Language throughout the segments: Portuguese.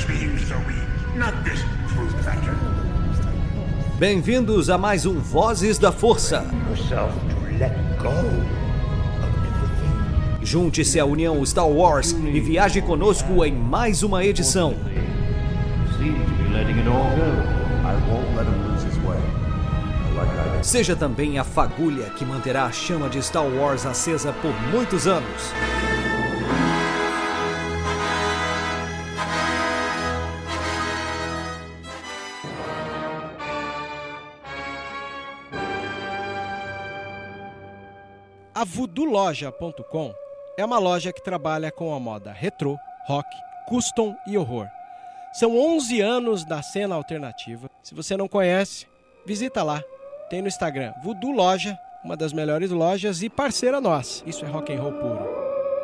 Bem-vindos a mais um Vozes da Força. Junte-se à União Star Wars e viaje conosco em mais uma edição. Seja também a fagulha que manterá a chama de Star Wars acesa por muitos anos. A VoodooLoja.com é uma loja que trabalha com a moda retrô, rock, custom e horror. São 11 anos da cena alternativa. Se você não conhece, visita lá. Tem no Instagram Voodoo Loja, uma das melhores lojas e parceira nossa. Isso é rock and roll puro.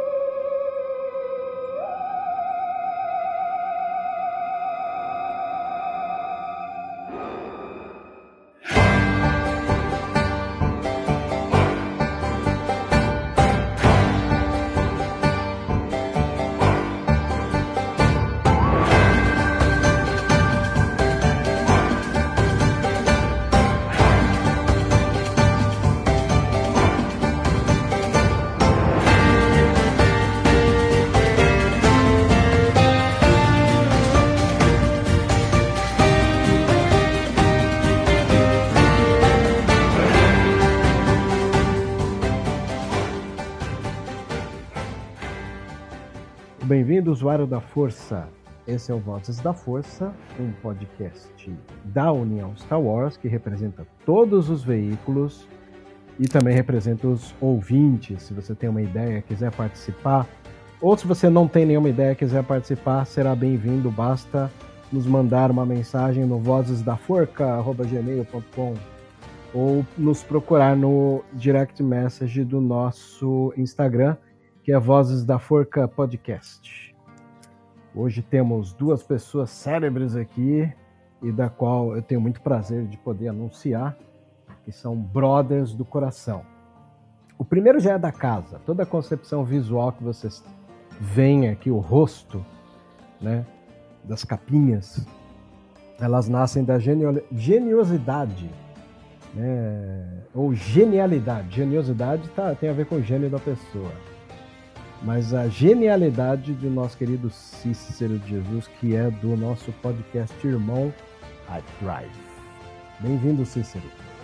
Bem-vindo, usuário da Força. Esse é o Vozes da Força, um podcast da União Star Wars que representa todos os veículos e também representa os ouvintes. Se você tem uma ideia, quiser participar, ou se você não tem nenhuma ideia, quiser participar, será bem-vindo. Basta nos mandar uma mensagem no vozesdaforca@gmail.com ou nos procurar no direct message do nosso Instagram, que é Vozes da Forca Podcast. Hoje temos duas pessoas célebres aqui e da qual eu tenho muito prazer de poder anunciar, que são brothers do coração. O primeiro já é da casa. Toda a concepção visual que vocês veem aqui, o rosto, né, das capinhas, elas nascem da geniosidade, né, ou genialidade. Geniosidade tem a ver com o gênio da pessoa. Mas a genialidade do nosso querido Cícero de Jesus, que é do nosso podcast irmão Hype Drive. Bem-vindo, Cícero.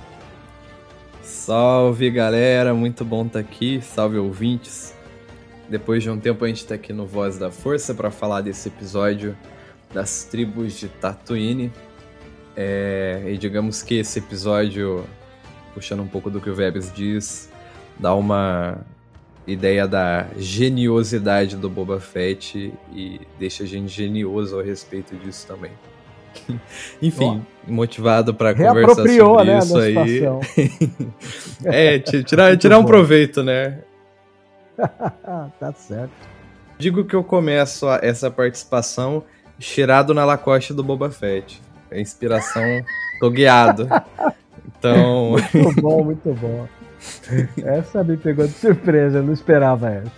Salve, galera, muito bom estar aqui, salve ouvintes. Depois de um tempo a gente está aqui no Voz da Força para falar desse episódio das tribos de Tatooine. E digamos que esse episódio, puxando um pouco do que o Vebs diz, dá uma ideia da geniosidade do Boba Fett e deixa a gente genioso a respeito disso também. Enfim, motivado para conversar sobre isso, né, aí. Tirar um proveito, né? Tá certo. Digo que eu começo essa participação cheirado na Lacoste do Boba Fett. É inspiração, tô guiado. Então... Muito bom, muito bom. Essa me pegou de surpresa, eu não esperava essa.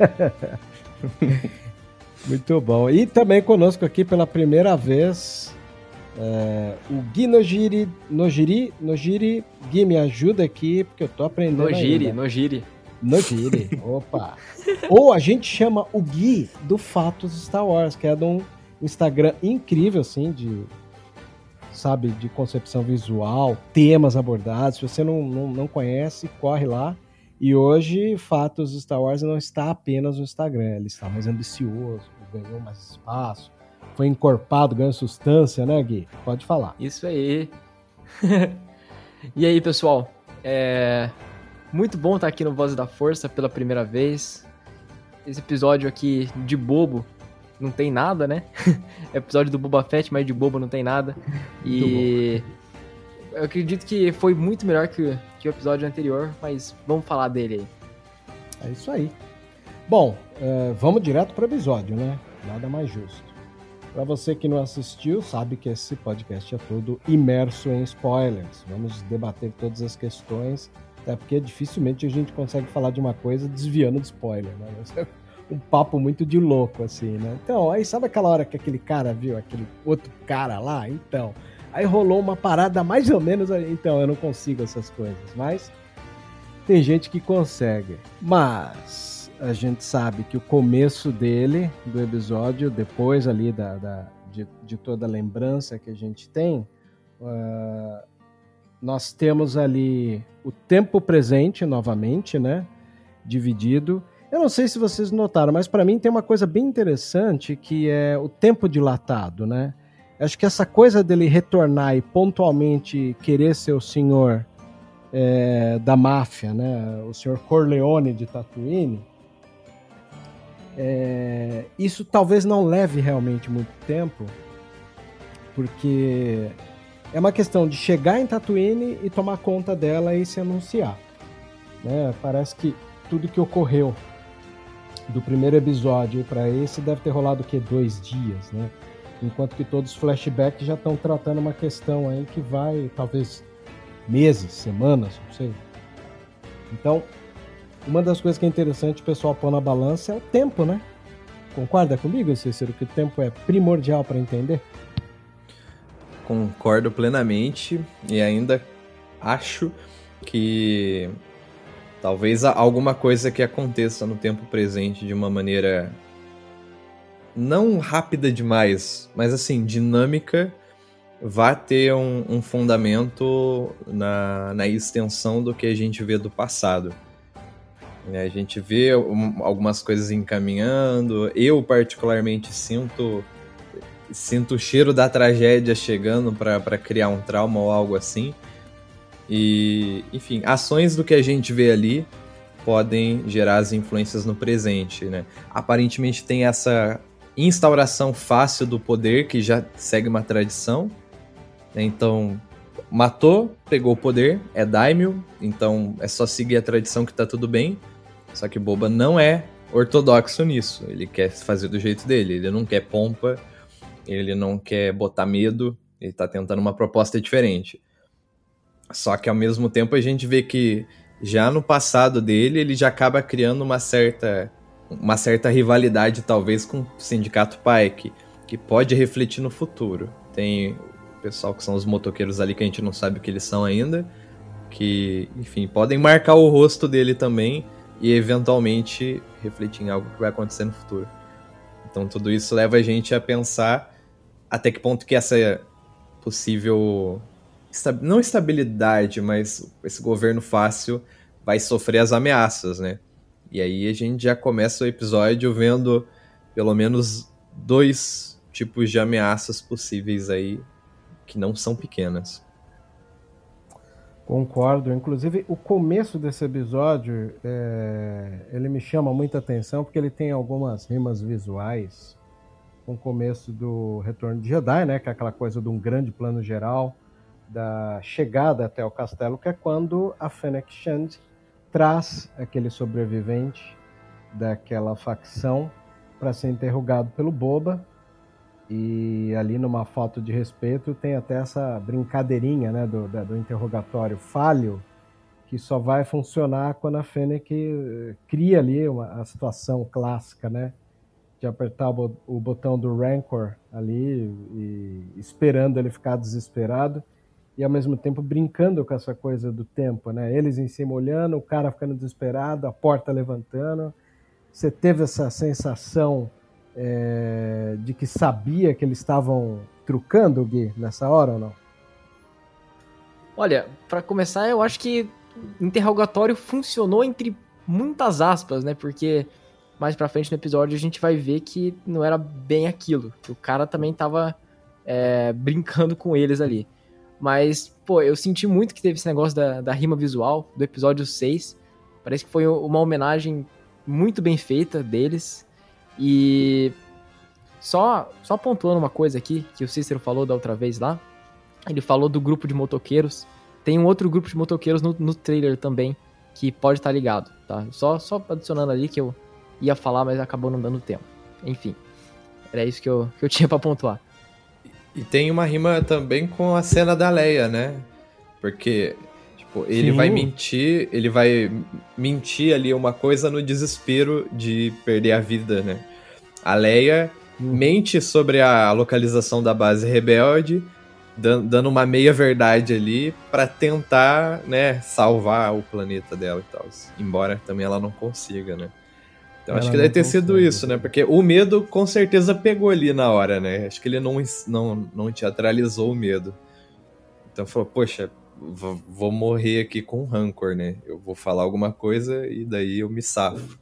Muito bom. E também conosco aqui pela primeira vez o Gui Nojiri. Gui, me ajuda aqui, porque eu tô aprendendo Nojiri. Opa. Ou a gente chama o Gui do Fatos Star Wars, que é de um Instagram incrível, assim, de concepção visual, temas abordados. Se você não conhece, corre lá. E hoje, Fatos Star Wars não está apenas no Instagram, ele está mais ambicioso, ganhou mais espaço, foi encorpado, ganhou substância, né, Gui? Pode falar. Isso aí. E aí, pessoal? Muito bom estar aqui no Voz da Força pela primeira vez. Esse episódio aqui de bobo não tem nada, né? É episódio do Boba Fett, mas de bobo não tem nada. E eu acredito que foi muito melhor que o episódio anterior, mas vamos falar dele aí. É isso aí. Bom, vamos direto para o episódio, né? Nada mais justo. Para você que não assistiu, sabe que esse podcast é todo imerso em spoilers. Vamos debater todas as questões, até porque dificilmente a gente consegue falar de uma coisa desviando de spoiler, né? um papo muito de louco, assim, né? Então, aí sabe aquela hora que aquele cara viu aquele outro cara lá? Então, aí rolou uma parada mais ou menos... Então, eu não consigo essas coisas, mas tem gente que consegue. Mas a gente sabe que o começo dele, do episódio, depois ali de toda a lembrança que a gente tem, nós temos ali o tempo presente novamente, né? Dividido. Eu não sei se vocês notaram, mas para mim tem uma coisa bem interessante que é o tempo dilatado, né? Acho que essa coisa dele retornar e pontualmente querer ser o senhor da máfia, né? O senhor Corleone de Tatooine, isso talvez não leve realmente muito tempo, porque é uma questão de chegar em Tatooine e tomar conta dela e se anunciar, né? Parece que tudo que ocorreu do primeiro episódio para esse deve ter rolado o quê? 2 dias, né? Enquanto que todos os flashbacks já estão tratando uma questão aí que vai, talvez, meses, semanas, não sei. Então, uma das coisas que é interessante o pessoal pôr na balança é o tempo, né? Concorda comigo, Cícero, que o tempo é primordial para entender? Concordo plenamente e ainda acho que talvez alguma coisa que aconteça no tempo presente de uma maneira não rápida demais, mas assim, dinâmica, vá ter um fundamento na extensão do que a gente vê do passado. A gente vê algumas coisas encaminhando, eu particularmente sinto o cheiro da tragédia chegando para criar um trauma ou algo assim. E, enfim, ações do que a gente vê ali podem gerar as influências no presente, né? Aparentemente tem essa instauração fácil do poder que já segue uma tradição, né? Então, matou, pegou o poder, é daimyo, então é só seguir a tradição que tá tudo bem. Só que Boba não é ortodoxo nisso, ele quer fazer do jeito dele, ele não quer pompa, ele não quer botar medo, ele tá tentando uma proposta diferente. Só que ao mesmo tempo a gente vê que já no passado dele, ele já acaba criando uma certa rivalidade talvez com o Sindicato Pike, que pode refletir no futuro. Tem o pessoal que são os motoqueiros ali que a gente não sabe o que eles são ainda, que, enfim, podem marcar o rosto dele também e eventualmente refletir em algo que vai acontecer no futuro. Então tudo isso leva a gente a pensar até que ponto que essa possível, não estabilidade, mas esse governo fácil vai sofrer as ameaças, né? E aí a gente já começa o episódio vendo pelo menos 2 tipos de ameaças possíveis aí, que não são pequenas. Concordo. Inclusive, o começo desse episódio, ele me chama muita atenção, porque ele tem algumas rimas visuais com o começo do Retorno de Jedi, né? Que é aquela coisa de um grande plano geral, da chegada até o castelo, que é quando a Fennec Shand traz aquele sobrevivente daquela facção para ser interrogado pelo Boba. E ali, numa falta de respeito, tem até essa brincadeirinha, né, do interrogatório falho, que só vai funcionar quando a Fennec cria ali a situação clássica, né, de apertar o botão do Rancor ali e esperando ele ficar desesperado e ao mesmo tempo brincando com essa coisa do tempo, né? Eles em cima olhando, o cara ficando desesperado, a porta levantando. Você teve essa sensação de que sabia que eles estavam trucando, Gui, nessa hora ou não? Olha, pra começar, eu acho que o interrogatório funcionou entre muitas aspas, né? Porque mais pra frente no episódio a gente vai ver que não era bem aquilo. Que o cara também tava brincando com eles ali. Mas, pô, eu senti muito que teve esse negócio da rima visual do episódio 6. Parece que foi uma homenagem muito bem feita deles. E só pontuando uma coisa aqui, que o Cícero falou da outra vez lá. Ele falou do grupo de motoqueiros. Tem um outro grupo de motoqueiros no trailer também, que pode estar ligado, tá? Só adicionando ali que eu ia falar, mas acabou não dando tempo. Enfim, era isso que eu tinha pra pontuar. E tem uma rima também com a cena da Leia, né? Porque, tipo, Tipo, ele vai mentir ali uma coisa no desespero de perder a vida, né? A Leia mente sobre a localização da base rebelde, dando uma meia-verdade ali pra tentar, né, salvar o planeta dela e tal. Embora também ela não consiga, né? Então acho que deve ter sido isso, né? Porque o medo com certeza pegou ali na hora, né? Acho que ele não teatralizou o medo. Então falou, poxa, vou morrer aqui com rancor, né? Eu vou falar alguma coisa e daí eu me safo.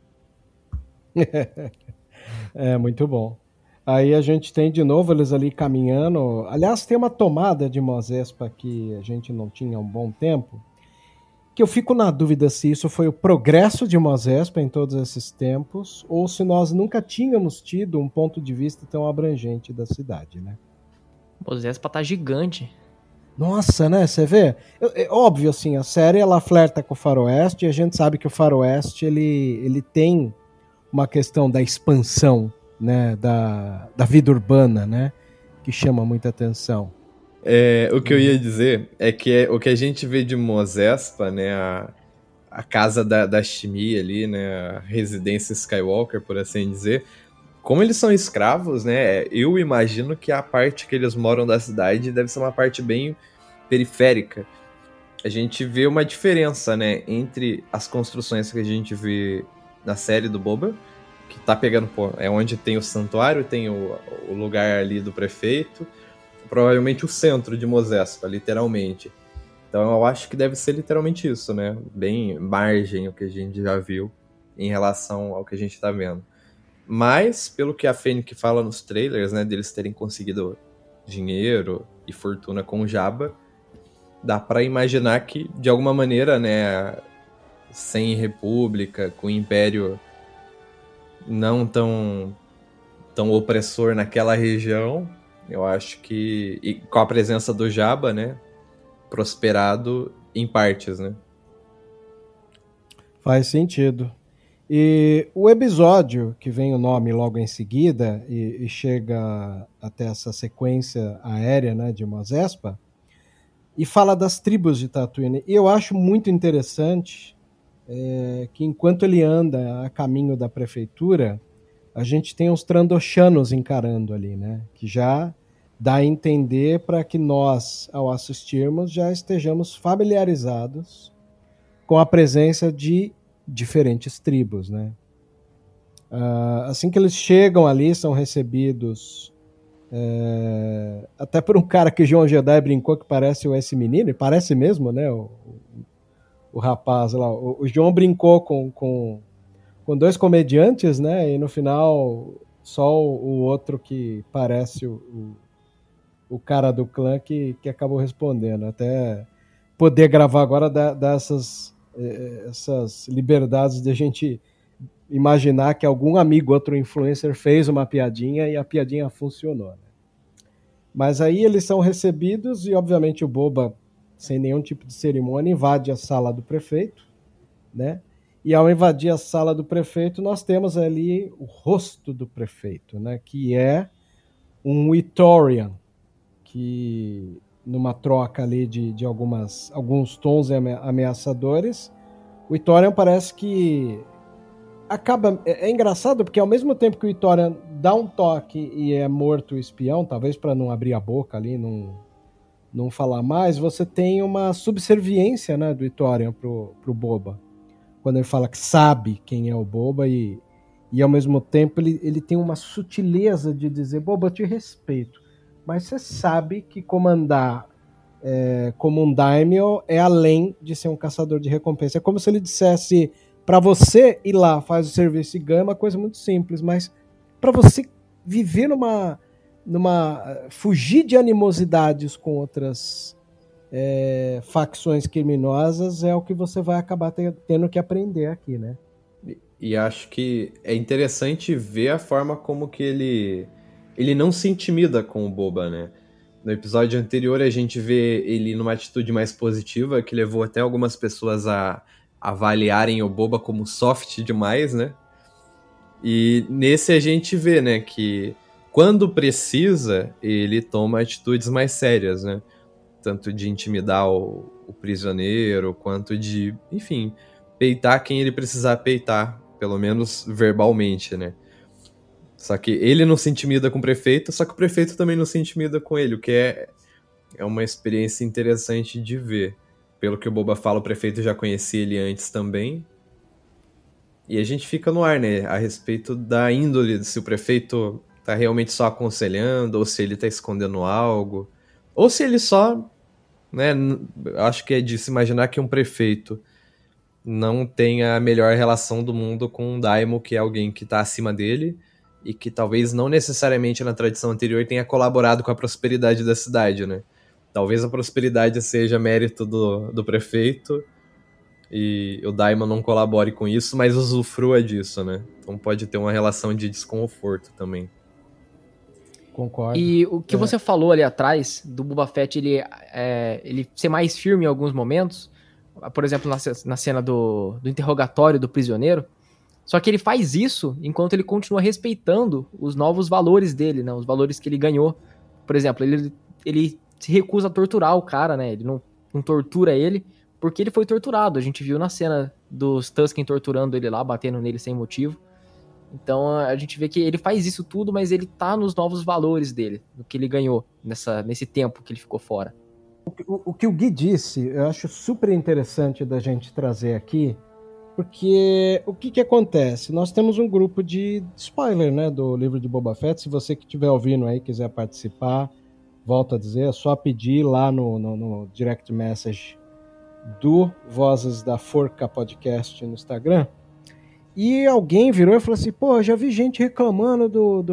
É, muito bom. Aí a gente tem de novo eles ali caminhando. Aliás, tem uma tomada de Mos Espa que a gente não tinha há um bom tempo, que eu fico na dúvida se isso foi o progresso de Mos Espa em todos esses tempos, ou se nós nunca tínhamos tido um ponto de vista tão abrangente da cidade, né? Mos Espa tá gigante. Nossa, né? Você vê? É óbvio, assim, a série ela flerta com o faroeste e a gente sabe que o faroeste ele tem uma questão da expansão, né? Da vida urbana, né? Que chama muita atenção. O que eu ia dizer é que o que a gente vê de Mos Espa, né? A casa da Shmi ali, né? A residência Skywalker, por assim dizer. Como eles são escravos, né? Eu imagino que a parte que eles moram da cidade deve ser uma parte bem periférica. A gente vê uma diferença, né? Entre as construções que a gente vê na série do Boba, que tá pegando, pô, é onde tem o santuário, tem o lugar ali do prefeito, provavelmente o centro de Mos Espa, literalmente. Então eu acho que deve ser literalmente isso, né? Bem margem o que a gente já viu em relação ao que a gente tá vendo. Mas, pelo que a Fennec fala nos trailers, né, deles terem conseguido dinheiro e fortuna com o Jabba, dá pra imaginar que, de alguma maneira, né, sem república, com o Império não tão opressor naquela região, eu acho que, e com a presença do Jabba, né, prosperado em partes, né. Faz sentido. E o episódio, que vem o nome logo em seguida, e chega até essa sequência aérea, né, de Mos Espa, e fala das tribos de Tatooine. E eu acho muito interessante que enquanto ele anda a caminho da prefeitura, a gente tem os Trandoshanos encarando ali, né, que já dá a entender para que nós, ao assistirmos, já estejamos familiarizados com a presença de diferentes tribos, né? Assim que eles chegam ali, são recebidos até por um cara que o João Jedi brincou que parece esse menino, e parece mesmo, né? O rapaz lá. O João brincou com dois comediantes, né? E no final só o outro que parece o cara do clã que acabou respondendo. Até poder gravar agora dessas liberdades de a gente imaginar que algum amigo, outro influencer fez uma piadinha e a piadinha funcionou, né? Mas aí eles são recebidos e obviamente o Boba, sem nenhum tipo de cerimônia, invade a sala do prefeito, né? E ao invadir a sala do prefeito, nós temos ali o rosto do prefeito, né? Que é um Ithorian, que numa troca ali de alguns tons ameaçadores, o Ithorian parece que acaba... É engraçado porque ao mesmo tempo que o Ithorian dá um toque e é morto o espião, talvez para não abrir a boca ali, não falar mais, você tem uma subserviência, né, do Ithorian pro Boba. Quando ele fala que sabe quem é o Boba e ao mesmo tempo ele tem uma sutileza de dizer, Boba, eu te respeito, mas você sabe que comandar como um daimyo é além de ser um caçador de recompensa. É como se ele dissesse, para você ir lá, faz o serviço e ganha, uma coisa muito simples, mas para você viver fugir de animosidades com outras facções criminosas é o que você vai acabar tendo que aprender aqui, né? E acho que é interessante ver a forma como que ele não se intimida com o Boba, né? No episódio anterior a gente vê ele numa atitude mais positiva, que levou até algumas pessoas a avaliarem o Boba como soft demais, né? E nesse a gente vê, né, que quando precisa, ele toma atitudes mais sérias, né? tanto de intimidar o prisioneiro, quanto de, enfim, peitar quem ele precisar peitar, pelo menos verbalmente, né? Só que ele não se intimida com o prefeito, só que o prefeito também não se intimida com ele, o que é uma experiência interessante de ver. Pelo que o Boba fala, o prefeito já conhecia ele antes também. E a gente fica no ar, né? A respeito da índole, se o prefeito tá realmente só aconselhando, ou se ele tá escondendo algo, ou se ele só, né? Acho que é de se imaginar que um prefeito não tem a melhor relação do mundo com um daimyo, que é alguém que tá acima dele, e que talvez não necessariamente na tradição anterior tenha colaborado com a prosperidade da cidade, né? Talvez a prosperidade seja mérito do prefeito e o daimyo não colabore com isso, mas usufrua disso, né? Então pode ter uma relação de desconforto também. Concordo. E o que você falou ali atrás, do Boba Fett, ele ser mais firme em alguns momentos, por exemplo, na cena do interrogatório do prisioneiro, só que ele faz isso enquanto ele continua respeitando os novos valores dele, né? Os valores que ele ganhou. Por exemplo, ele se recusa a torturar o cara, né? Ele não tortura ele, porque ele foi torturado. A gente viu na cena dos Tusken torturando ele lá, batendo nele sem motivo. Então a gente vê que ele faz isso tudo, mas ele tá nos novos valores dele, no que ele ganhou nesse tempo que ele ficou fora. O que o Gui disse, eu acho super interessante da gente trazer aqui, porque o que acontece? Nós temos um grupo de spoiler, né, do livro de Boba Fett. Se você que estiver ouvindo aí quiser participar, volto a dizer, é só pedir lá no direct message do Vozes da Forca Podcast no Instagram. E alguém virou e falou assim, pô, já vi gente reclamando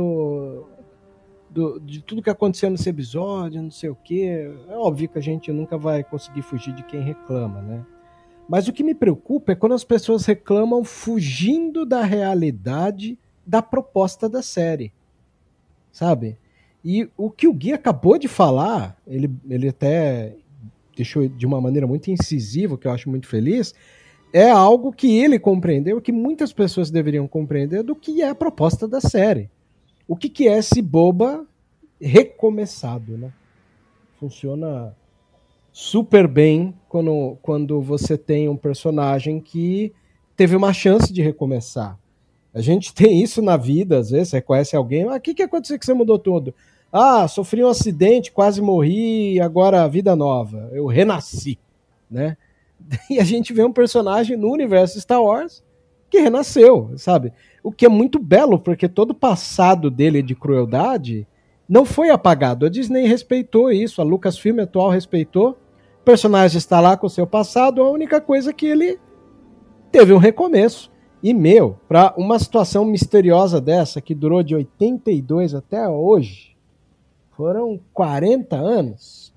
de tudo que aconteceu nesse episódio, não sei o quê. É óbvio que a gente nunca vai conseguir fugir de quem reclama, né? Mas o que me preocupa é quando as pessoas reclamam fugindo da realidade da proposta da série, sabe? E o que o Gui acabou de falar, ele até deixou de uma maneira muito incisiva, que eu acho muito feliz, é algo que ele compreendeu, que muitas pessoas deveriam compreender do que é a proposta da série. O que é esse Boba recomeçado, né? Funciona super bem quando você tem um personagem que teve uma chance de recomeçar. A gente tem isso na vida, às vezes, você conhece alguém, o que aconteceu que você mudou tudo? Ah, sofri um acidente, quase morri, agora vida nova, eu renasci, né? E a gente vê um personagem no universo Star Wars que renasceu, sabe? O que é muito belo, porque todo o passado dele de crueldade não foi apagado. A Disney respeitou isso, a Lucasfilm atual respeitou. O personagem está lá com o seu passado, a única coisa é que ele teve um recomeço. E, para uma situação misteriosa dessa, que durou de 82 até hoje, foram 40 anos.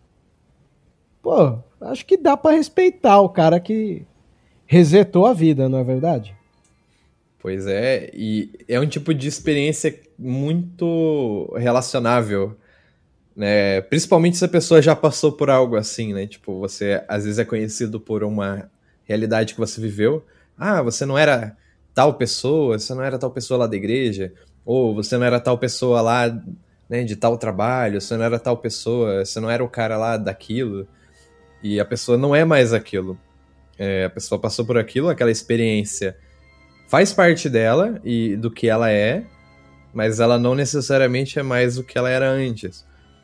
Pô, acho que dá para respeitar o cara que resetou a vida, não é verdade? Pois é, e é um tipo de experiência muito relacionável, né? Principalmente se a pessoa já passou por algo assim, né? Tipo, você às vezes é conhecido por uma realidade que você viveu. Ah, você não era tal pessoa, você não era tal pessoa lá da igreja, ou você não era tal pessoa lá, né, de tal trabalho, você não era tal pessoa, você não era o cara lá daquilo, e a pessoa não é mais aquilo. A pessoa passou por aquilo, aquela experiência faz parte dela e do que ela é, mas ela não necessariamente é mais o que ela era antes.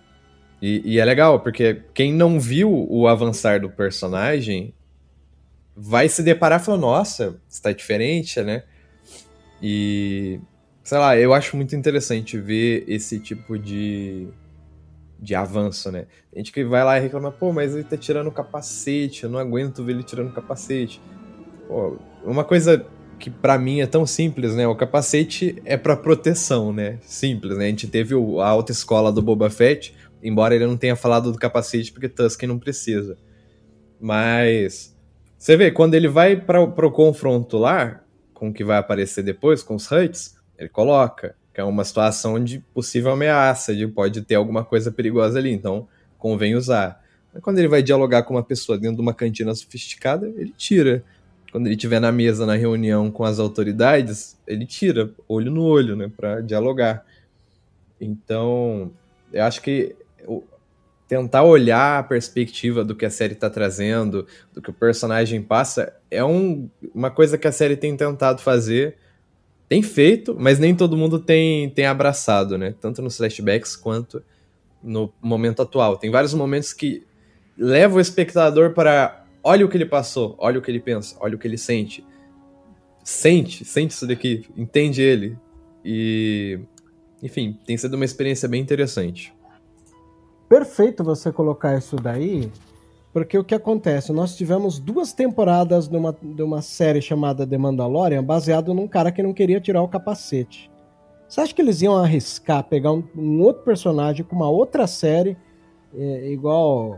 E é legal, porque quem não viu o avançar do personagem vai se deparar e falar, nossa, está diferente, né? E, sei lá, eu acho muito interessante ver esse tipo de avanço, né? Tem gente que vai lá e reclama, pô, mas ele tá tirando o capacete, eu não aguento ver ele tirando o capacete. Pô, uma coisa que pra mim é tão simples, né? O capacete é pra proteção, né? Simples, né? A gente teve a autoescola do Boba Fett, embora ele não tenha falado do capacete, porque Tusken não precisa. Mas você vê, quando ele vai pro confronto lá, com o que vai aparecer depois, com os Hutts, ele coloca, que é uma situação de possível ameaça, de pode ter alguma coisa perigosa ali, então convém usar. Mas quando ele vai dialogar com uma pessoa dentro de uma cantina sofisticada, ele tira. Quando ele estiver na mesa, na reunião com as autoridades, ele tira, olho no olho, né, pra dialogar. Então, eu acho que tentar olhar a perspectiva do que a série tá trazendo, do que o personagem passa, é uma coisa que a série tem tentado fazer, tem feito, mas nem todo mundo tem abraçado, né? Tanto nos flashbacks quanto no momento atual. Tem vários momentos que levam o espectador para olha o que ele passou, olha o que ele pensa, olha o que ele sente. Sente isso daqui, entende ele. E, enfim, tem sido uma experiência bem interessante. Perfeito você colocar isso daí, porque o que acontece? Nós tivemos 2 temporadas de uma série chamada The Mandalorian, baseado num cara que não queria tirar o capacete. Você acha que eles iam arriscar pegar um outro personagem com uma outra série, igual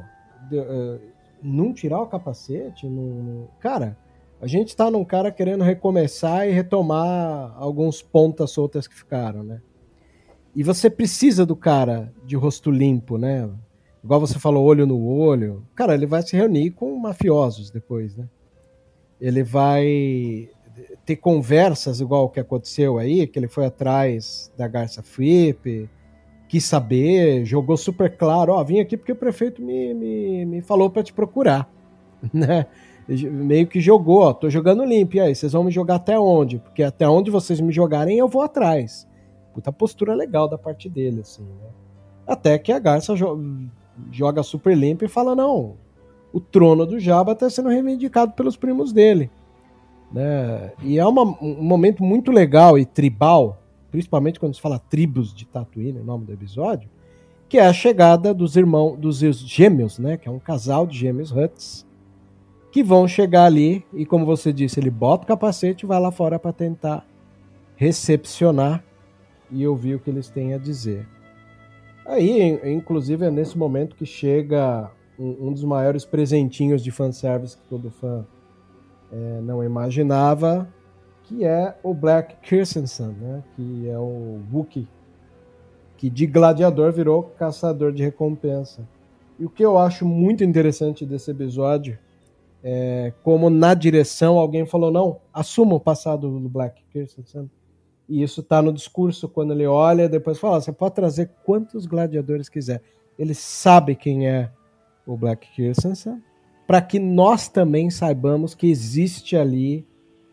não tirar o capacete? Cara, a gente tá num cara querendo recomeçar e retomar alguns pontas soltas que ficaram, né? E você precisa do cara de rosto limpo, né? Igual você falou, olho no olho. Cara, ele vai se reunir com mafiosos depois, né? Ele vai ter conversas igual o que aconteceu aí, que ele foi atrás da Garça Fripp, quis saber, jogou super claro, ó, vim aqui porque o prefeito me falou pra te procurar, né? Meio que jogou, ó, tô jogando limpo, e aí, vocês vão me jogar até onde? Porque até onde vocês me jogarem, eu vou atrás. Puta postura legal da parte dele, assim, né? Até que a Garça joga super limpo e fala, não, o trono do Jabba tá sendo reivindicado pelos primos dele, né? E é um momento muito legal e tribal, principalmente quando se fala tribos de Tatooine, o nome do episódio, que é a chegada dos gêmeos, né? Que é um casal de gêmeos Hutts, que vão chegar ali e, como você disse, ele bota o capacete e vai lá fora para tentar recepcionar e ouvir o que eles têm a dizer. Aí, inclusive, é nesse momento que chega um dos maiores presentinhos de fanservice que todo fã não imaginava, que é o Black Krrsantan, né? Que é o Wookiee, que de gladiador virou caçador de recompensa. E o que eu acho muito interessante desse episódio é como na direção alguém falou, não, assuma o passado do Black Krrsantan. E isso está no discurso, quando ele olha, depois fala, você pode trazer quantos gladiadores quiser. Ele sabe quem é o Black Krrsantan, para que nós também saibamos que existe ali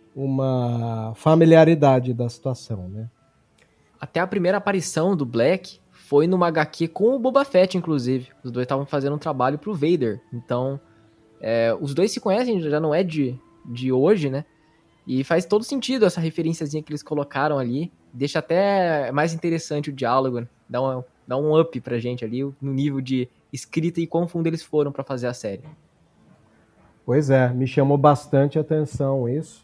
uma familiaridade da situação, né? Até a primeira aparição do Black foi numa HQ com o Boba Fett, inclusive. Os dois estavam fazendo um trabalho pro Vader. Então, os dois se conhecem, já não é de hoje, né? E faz todo sentido essa referenciazinha que eles colocaram ali. Deixa até mais interessante o diálogo, né? Dá um up pra gente ali no nível de escrita e quão fundo eles foram pra fazer a série. Pois é, me chamou bastante atenção isso.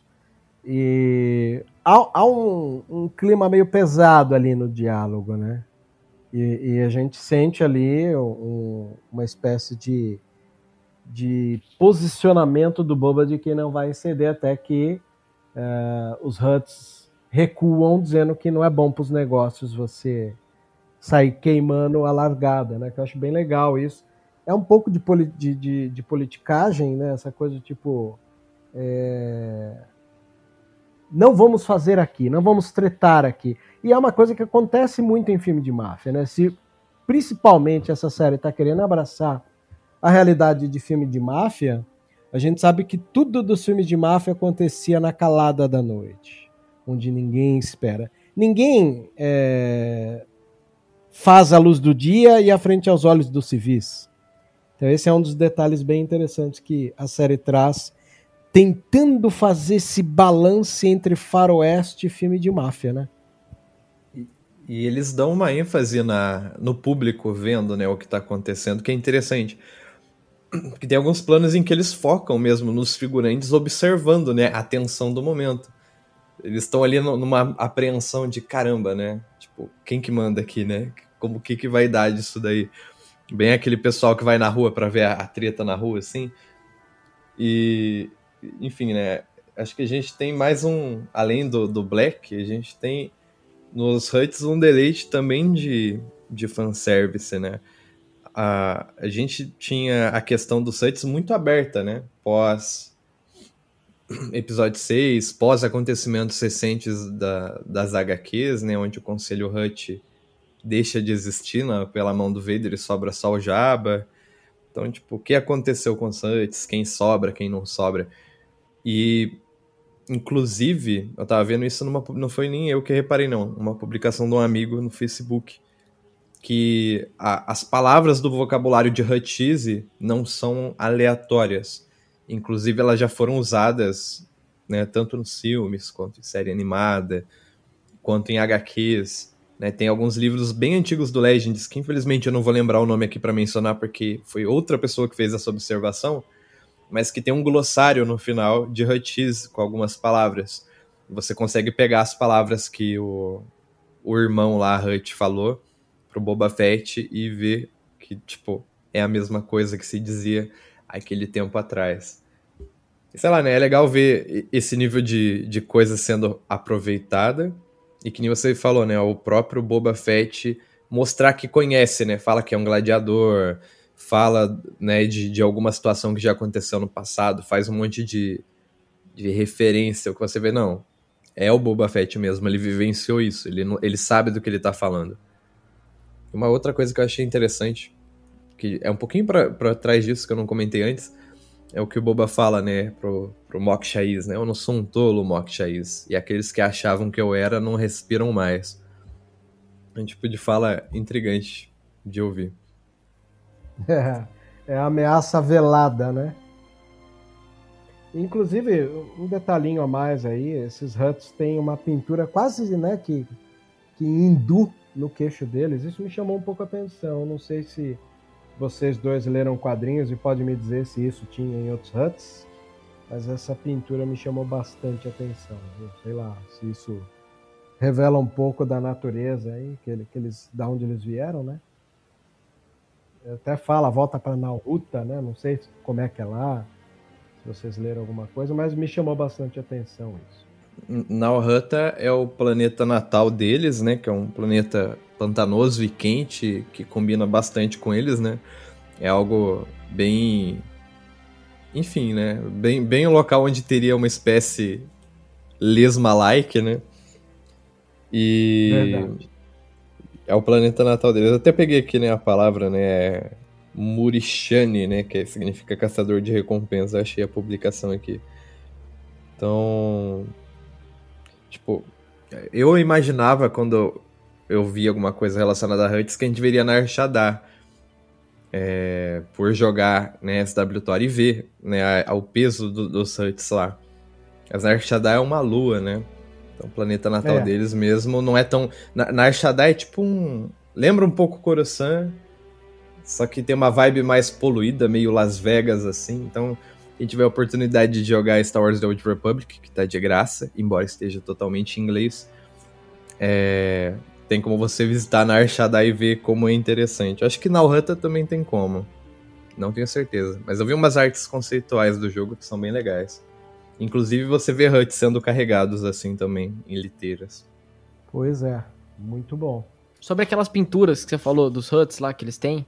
E há um clima meio pesado ali no diálogo, né? E a gente sente ali uma espécie de posicionamento do Boba de que não vai ceder até que os Hutts recuam, dizendo que não é bom para os negócios você sair queimando a largada, né? Que eu acho bem legal isso. É um pouco de politicagem, né? Essa coisa tipo... não vamos fazer aqui, não vamos tretar aqui. E é uma coisa que acontece muito em filme de máfia, né? Se principalmente essa série está querendo abraçar a realidade de filme de máfia, a gente sabe que tudo dos filmes de máfia acontecia na calada da noite, onde ninguém espera. Ninguém faz a luz do dia e à frente aos olhos dos civis. Então esse é um dos detalhes bem interessantes que a série traz, tentando fazer esse balance entre faroeste e filme de máfia, né? E eles dão uma ênfase no público vendo, né, o que está acontecendo, que é interessante. Porque tem alguns planos em que eles focam mesmo nos figurantes observando, né, a tensão do momento. Eles estão ali numa apreensão de caramba, né? Tipo, quem que manda aqui, né? Como que vai dar disso daí? Bem aquele pessoal que vai na rua para ver a treta na rua, assim. E, enfim, né? Acho que a gente tem mais além do Black, a gente tem nos Hutts um deleite também de fanservice, né? A gente tinha a questão dos Hutts muito aberta, né? Pós episódio 6, pós acontecimentos recentes das HQs, né? Onde o Conselho Hutt deixa de existir pela mão do Vader e sobra só o Jabba. Então, tipo, o que aconteceu com os Hutts? Quem sobra, quem não sobra? E, inclusive, eu tava vendo isso não foi nem eu que reparei, não. Uma publicação de um amigo no Facebook. Que as palavras do vocabulário de Huttese não são aleatórias. Inclusive, elas já foram usadas, né, tanto nos filmes, quanto em série animada, quanto em HQs. Né? Tem alguns livros bem antigos do Legends, que infelizmente eu não vou lembrar o nome aqui para mencionar, porque foi outra pessoa que fez essa observação, mas que tem um glossário no final de Huttese com algumas palavras. Você consegue pegar as palavras que o irmão lá, Hutt, falou pro Boba Fett e ver que, tipo, é a mesma coisa que se dizia aquele tempo atrás. E, sei lá, né? É legal ver esse nível de coisa sendo aproveitada e que nem você falou, né? O próprio Boba Fett mostrar que conhece, né? Fala que é um gladiador, fala, né, de alguma situação que já aconteceu no passado, faz um monte de referência, o que você vê, não. É o Boba Fett mesmo, ele vivenciou isso, ele sabe do que ele tá falando. Uma outra coisa que eu achei interessante, que é um pouquinho pra trás disso, que eu não comentei antes, é o que o Boba fala, né, pro Mok Shaiz, né? Eu não sou um tolo, Mok Shaiz. E aqueles que achavam que eu era não respiram mais. É um tipo de fala intrigante de ouvir. É a ameaça velada, né? Inclusive, um detalhinho a mais aí, esses Hutts têm uma pintura quase, né, que hindu no queixo deles. Isso me chamou um pouco a atenção. Não sei se vocês dois leram quadrinhos e podem me dizer se isso tinha em outros Hutts, mas essa pintura me chamou bastante a atenção. Viu? Sei lá, se isso revela um pouco da natureza aí, da onde eles vieram, né? Até fala, volta para Nalhuta, né? Não sei como é que é lá, se vocês leram alguma coisa, mas me chamou bastante a atenção isso. Nalhuta é o planeta natal deles, né? Que é um planeta pantanoso e quente, que combina bastante com eles, né? É algo bem... Enfim, né? Bem um local onde teria uma espécie lesma-like, né? E... Verdade. É o planeta natal deles. Eu até peguei aqui, né, a palavra, né? Murishani, né? Que significa caçador de recompensa. Achei a publicação aqui. Então... Tipo, eu imaginava quando eu vi alguma coisa relacionada a Hutts que a gente veria Nar Shaddaa por jogar, né, SWTOR e ver, né, o peso dos Hutts lá. Mas Nar Shaddaa é uma lua, né? Então o planeta natal deles mesmo não é tão... Nar Shaddaa é tipo um... Lembra um pouco Coruscant, só que tem uma vibe mais poluída, meio Las Vegas, assim. Então... Quem tiver a oportunidade de jogar Star Wars The Old Republic, que tá de graça, embora esteja totalmente em inglês, tem como você visitar Nar Shaddaa e ver como é interessante. Eu acho que Nalhuta também tem como. Não tenho certeza. Mas eu vi umas artes conceituais do jogo que são bem legais. Inclusive você vê Hutts sendo carregados assim também, em liteiras. Pois é, muito bom. Sobre aquelas pinturas que você falou dos Hutts lá que eles têm,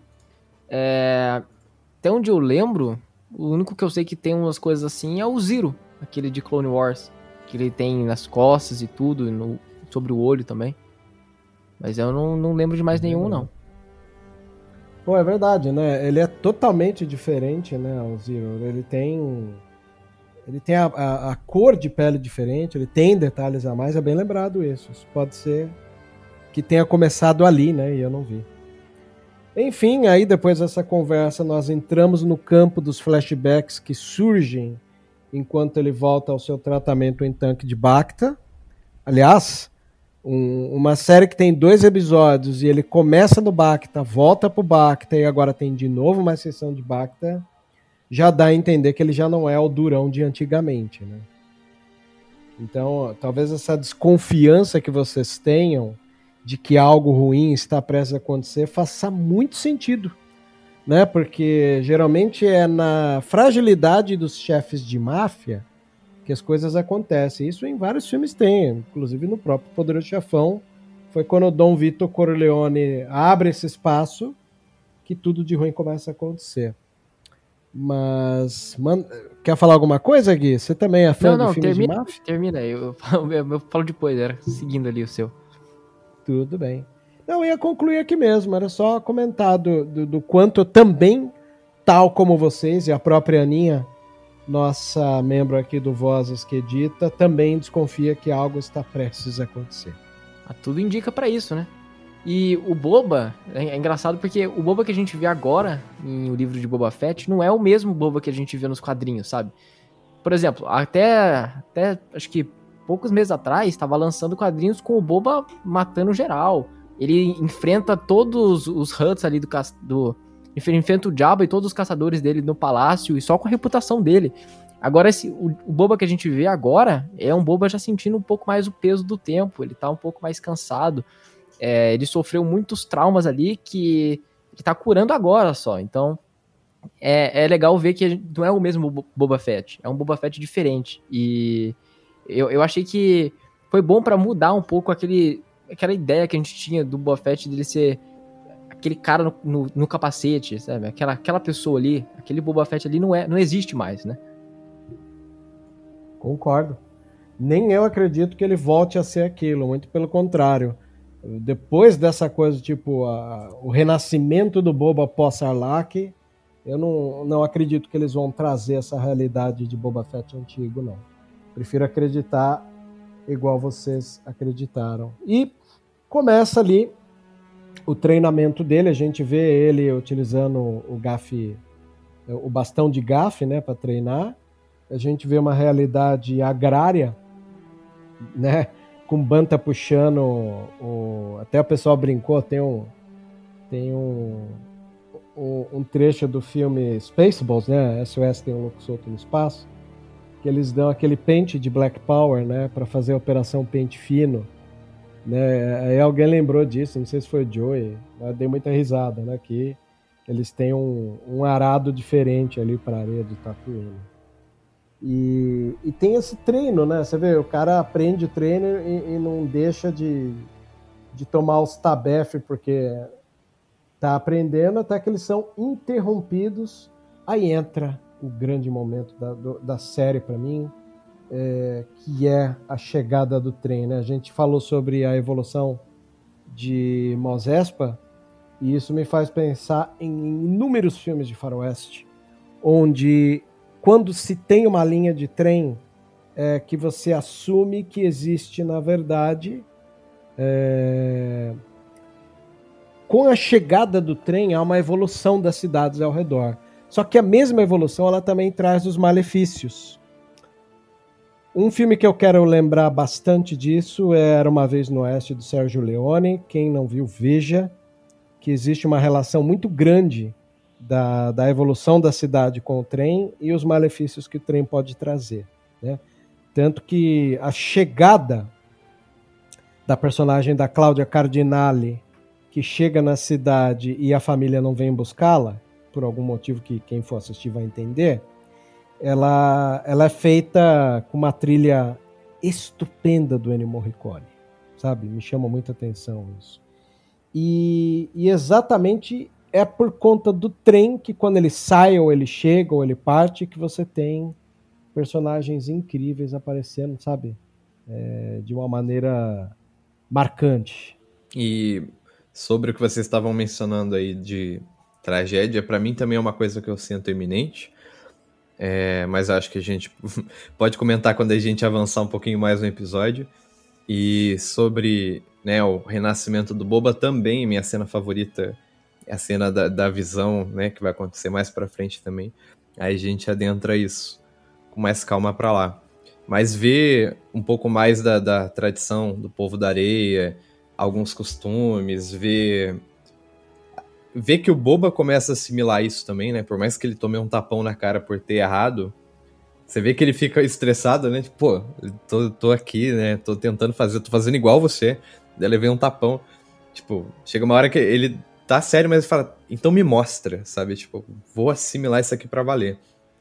até onde eu lembro... O único que eu sei que tem umas coisas assim é o Zero, aquele de Clone Wars, que ele tem nas costas e tudo, sobre o olho também. Mas eu não lembro de mais nenhum, não. Pô, é verdade, né? Ele é totalmente diferente, né, o Zero. Ele tem a cor de pele diferente, ele tem detalhes a mais, é bem lembrado isso. Isso pode ser que tenha começado ali, né, e eu não vi. Enfim, aí depois dessa conversa nós entramos no campo dos flashbacks que surgem enquanto ele volta ao seu tratamento em Tanque de Bacta. Aliás, uma série que tem 2 episódios e ele começa no Bacta, volta pro Bacta e agora tem de novo uma sessão de Bacta, já dá a entender que ele já não é o durão de antigamente, né? Então, talvez essa desconfiança que vocês tenham de que algo ruim está prestes a acontecer, faça muito sentido, né? Porque geralmente é na fragilidade dos chefes de máfia que as coisas acontecem. Isso em vários filmes tem, inclusive no próprio Poderoso Chefão. Foi quando o Dom Vito Corleone abre esse espaço que tudo de ruim começa a acontecer. Mas, quer falar alguma coisa, Gui? Você também é fã de filmes de máfia? Termina, eu falo depois, era seguindo ali o seu. Tudo bem. Não, eu ia concluir aqui mesmo, era só comentar do quanto eu também, tal como vocês e a própria Aninha, nossa membro aqui do Vozes que edita, também desconfia que algo está prestes a acontecer. Tudo indica pra isso, né? E o Boba, é engraçado porque o Boba que a gente vê agora em O Livro de Boba Fett não é o mesmo Boba que a gente vê nos quadrinhos, sabe? Por exemplo, até acho que poucos meses atrás estava lançando quadrinhos com o Boba matando geral. Ele enfrenta todos os Hutts ali enfrenta o Jabba e todos os caçadores dele no palácio e só com a reputação dele. Agora, o Boba que a gente vê agora é um Boba já sentindo um pouco mais o peso do tempo, ele tá um pouco mais cansado, ele sofreu muitos traumas ali que ele tá curando agora só, então é legal ver que não é o mesmo Boba Fett, é um Boba Fett diferente, e eu achei que foi bom pra mudar um pouco aquela ideia que a gente tinha do Boba Fett dele ser aquele cara no capacete, sabe? Aquela pessoa ali, aquele Boba Fett ali não existe mais, né? Concordo. Nem eu acredito que ele volte a ser aquilo, muito pelo contrário. Depois dessa coisa, tipo, o renascimento do Boba pós-Sarlacc, eu não acredito que eles vão trazer essa realidade de Boba Fett antigo, não. Prefiro acreditar igual vocês acreditaram. E começa ali o treinamento dele, a gente vê ele utilizando o bastão de gafe, né, para treinar. A gente vê uma realidade agrária, né, com Banta puxando até o pessoal brincou, tem um trecho do filme Spaceballs, né, SOS Tem um Louco Solto no Espaço, que eles dão aquele pente de Black Power, né, para fazer a operação pente fino, né, aí alguém lembrou disso, não sei se foi o Joey, mas dei muita risada, né, que eles têm um arado diferente ali para a areia de Tatooine. E tem esse treino, né, você vê, o cara aprende o treino e não deixa de tomar os tabef porque tá aprendendo, até que eles são interrompidos, aí entra o grande momento da série para mim, que é a chegada do trem, né? A gente falou sobre a evolução de Mos Espa e isso me faz pensar em inúmeros filmes de faroeste, onde quando se tem uma linha de trem que você assume que existe, na verdade, com a chegada do trem há uma evolução das cidades ao redor. Só que a mesma evolução ela também traz os malefícios. Um filme que eu quero lembrar bastante disso é Era Uma Vez no Oeste, do Sérgio Leone. Quem não viu, veja, que existe uma relação muito grande da evolução da cidade com o trem e os malefícios que o trem pode trazer, né? Tanto que a chegada da personagem da Cláudia Cardinale, que chega na cidade e a família não vem buscá-la, por algum motivo que quem for assistir vai entender, ela é feita com uma trilha estupenda do Ennio Morricone, sabe? Me chama muita atenção isso. E exatamente é por conta do trem que quando ele sai, ou ele chega, ou ele parte, que você tem personagens incríveis aparecendo, sabe? De uma maneira marcante. E sobre o que vocês estavam mencionando aí de tragédia, pra mim também é uma coisa que eu sinto iminente, mas acho que a gente pode comentar quando a gente avançar um pouquinho mais no episódio. E sobre, né, o renascimento do Boba também, minha cena favorita é a cena da visão, né, que vai acontecer mais pra frente também. Aí a gente adentra isso com mais calma pra lá. Mas ver um pouco mais da tradição do povo da areia, alguns costumes, ver que o Boba começa a assimilar isso também, né? Por mais que ele tome um tapão na cara por ter errado, você vê que ele fica estressado, né? Tipo, pô, tô aqui, né? Tô tentando fazer, tô fazendo igual você. Daí ele vem um tapão. Tipo, chega uma hora que ele tá sério, mas ele fala, então me mostra, sabe? Tipo, vou assimilar isso aqui pra valer.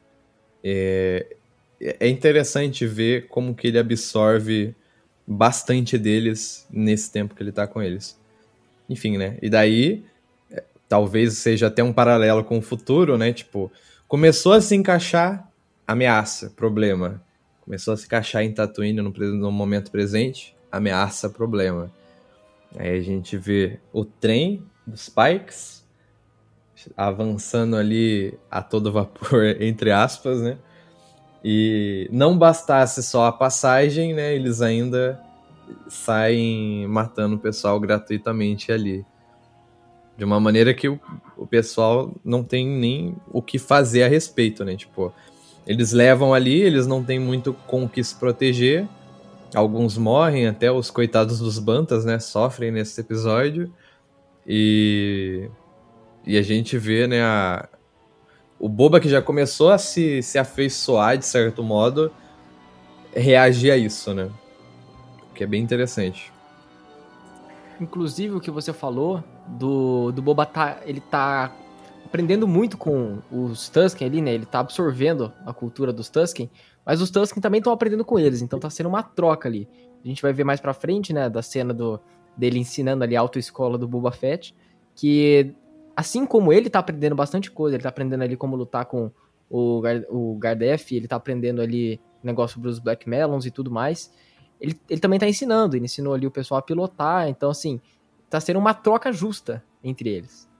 É interessante ver como que ele absorve bastante deles nesse tempo que ele tá com eles. Enfim, né? E daí, talvez seja até um paralelo com o futuro, né? Tipo, começou a se encaixar, ameaça, problema. Começou a se encaixar em Tatooine no momento presente, ameaça, problema. Aí a gente vê o trem dos Pikes avançando ali a todo vapor, entre aspas, né? E não bastasse só a passagem, né? Eles ainda saem matando o pessoal gratuitamente ali. De uma maneira que o pessoal não tem nem o que fazer a respeito, né? Tipo, eles levam ali, eles não têm muito com o que se proteger. Alguns morrem, até os coitados dos Bantas, né? Sofrem nesse episódio. E a gente vê, né? O Boba, que já começou a se afeiçoar, de certo modo, reagir a isso, né? O que é bem interessante. Inclusive, o que você falou do Boba, ele tá aprendendo muito com os Tusken ali, né? Ele tá absorvendo a cultura dos Tusken, mas os Tusken também estão aprendendo com eles, então tá sendo uma troca ali. A gente vai ver mais pra frente, né, da cena dele ensinando ali a autoescola do Boba Fett, que assim como ele tá aprendendo bastante coisa, ele tá aprendendo ali como lutar com o Gardef, ele tá aprendendo ali negócio sobre os Black Melons e tudo mais. Ele também tá ensinando, ele ensinou ali o pessoal a pilotar, então assim, tá sendo uma troca justa entre eles.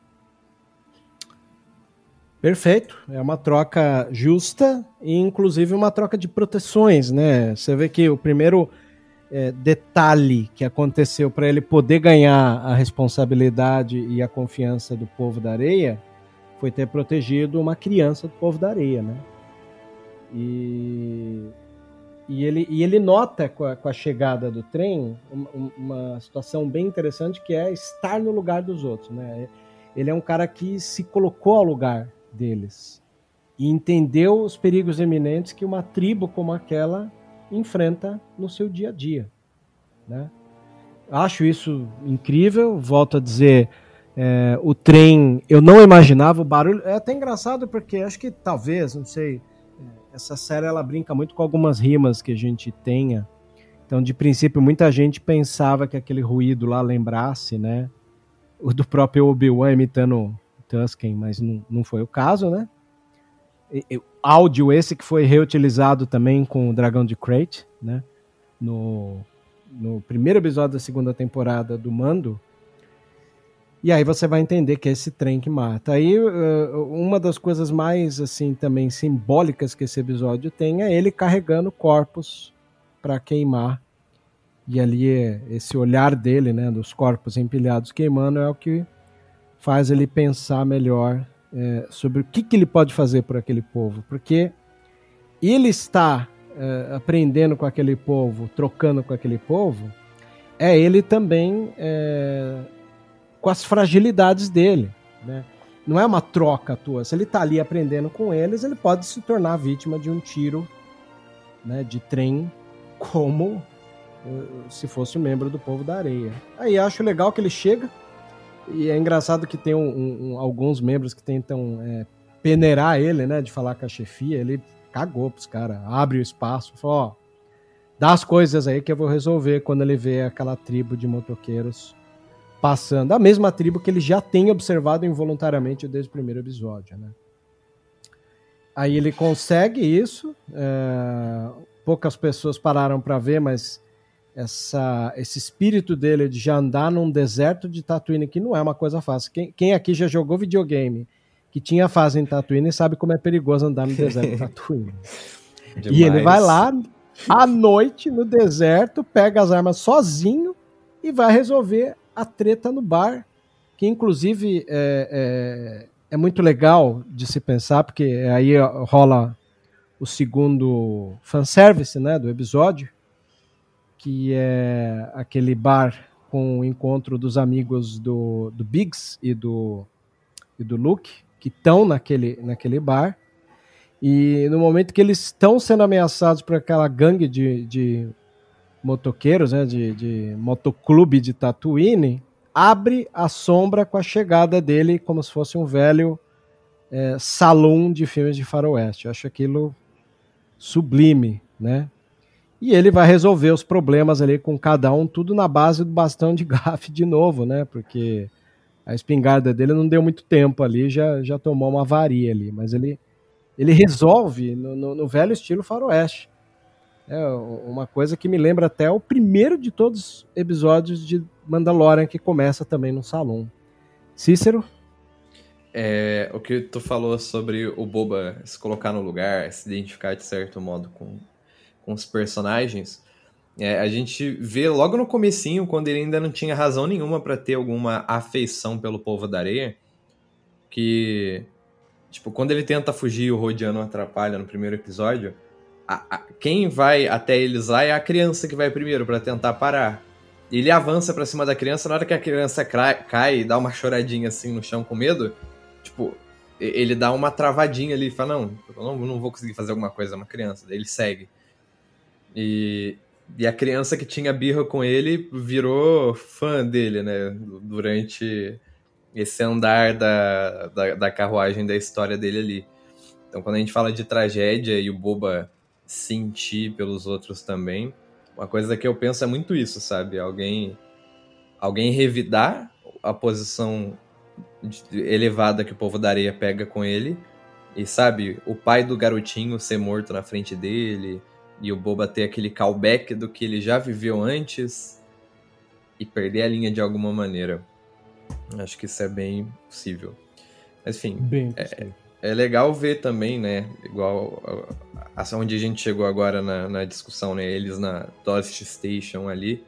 Perfeito, é uma troca justa e inclusive uma troca de proteções, né? Você vê que o primeiro detalhe que aconteceu para ele poder ganhar a responsabilidade e a confiança do povo da areia foi ter protegido uma criança do povo da areia, né? E ele nota com a chegada do trem uma situação bem interessante, que é estar no lugar dos outros, né? Ele é um cara que se colocou ao lugar deles e entendeu os perigos iminentes que uma tribo como aquela enfrenta no seu dia a dia, né? Acho isso incrível, volto a dizer, o trem, eu não imaginava o barulho, é até engraçado porque acho que talvez, não sei, essa série ela brinca muito com algumas rimas que a gente tenha, então de princípio muita gente pensava que aquele ruído lá lembrasse, né, o do próprio Obi-Wan imitando Tusken, mas não foi o caso, né? Áudio esse que foi reutilizado também com o Dragão de Krayt, né? No primeiro episódio da segunda temporada do Mando. E aí você vai entender que é esse trem que mata. Aí uma das coisas mais assim também simbólicas que esse episódio tem é ele carregando corpos para queimar. E ali esse olhar dele, né, dos corpos empilhados queimando, é o que faz ele pensar melhor sobre o que ele pode fazer por aquele povo. Porque ele está aprendendo com aquele povo, trocando com aquele povo, ele também com as fragilidades dele, né? Não é uma troca tua. Se ele está ali aprendendo com eles, ele pode se tornar vítima de um tiro, né, de trem, como se fosse um membro do povo da areia. Aí acho legal que ele chega, e é engraçado que tem alguns membros que tentam peneirar ele, né, de falar com a chefia. Ele cagou pros caras, abre o espaço, fala, ó, dá as coisas aí que eu vou resolver, quando ele vê aquela tribo de motoqueiros passando, a mesma tribo que ele já tem observado involuntariamente desde o primeiro episódio, né. Aí ele consegue isso, poucas pessoas pararam para ver, mas esse espírito dele de já andar num deserto de Tatooine, que não é uma coisa fácil. Quem aqui já jogou videogame que tinha fase em Tatooine sabe como é perigoso andar no deserto de Tatooine. E ele vai lá à noite no deserto, pega as armas sozinho e vai resolver a treta no bar, que inclusive é muito legal de se pensar, porque aí rola o segundo fanservice, né, do episódio, que é aquele bar com o encontro dos amigos do Biggs e do Luke, que estão naquele bar, e no momento que eles estão sendo ameaçados por aquela gangue de motoqueiros, né, de motoclube de Tatooine, abre a sombra com a chegada dele como se fosse um velho salão de filmes de faroeste. Eu acho aquilo sublime, né? E ele vai resolver os problemas ali com cada um, tudo na base do bastão de gafe de novo, né? Porque a espingarda dele não deu muito tempo ali, já tomou uma avaria ali. Mas ele resolve no velho estilo faroeste. É uma coisa que me lembra até o primeiro de todos os episódios de Mandalorian, que começa também no salão. Cícero? O que tu falou sobre o Boba se colocar no lugar, se identificar de certo modo com os personagens, a gente vê logo no comecinho, quando ele ainda não tinha razão nenhuma pra ter alguma afeição pelo povo da areia, que, tipo, quando ele tenta fugir e o Rodiano atrapalha no primeiro episódio, quem vai até eles lá é a criança que vai primeiro pra tentar parar. Ele avança pra cima da criança, na hora que a criança cai e dá uma choradinha assim no chão com medo, tipo, ele dá uma travadinha ali e fala, não, eu não vou conseguir fazer alguma coisa, é uma criança. Daí ele segue. E a criança que tinha birra com ele virou fã dele, né? Durante esse andar da carruagem da história dele ali. Então, quando a gente fala de tragédia e o Boba sentir pelos outros também, uma coisa que eu penso é muito isso, sabe? Alguém revidar a posição elevada que o povo da areia pega com ele e, sabe, o pai do garotinho ser morto na frente dele e o Boba ter aquele callback do que ele já viveu antes e perder a linha de alguma maneira. Acho que isso é bem possível. Mas, enfim, Bem possível. É legal ver também, né, igual onde a gente chegou agora na discussão, né, eles na Dust Station ali,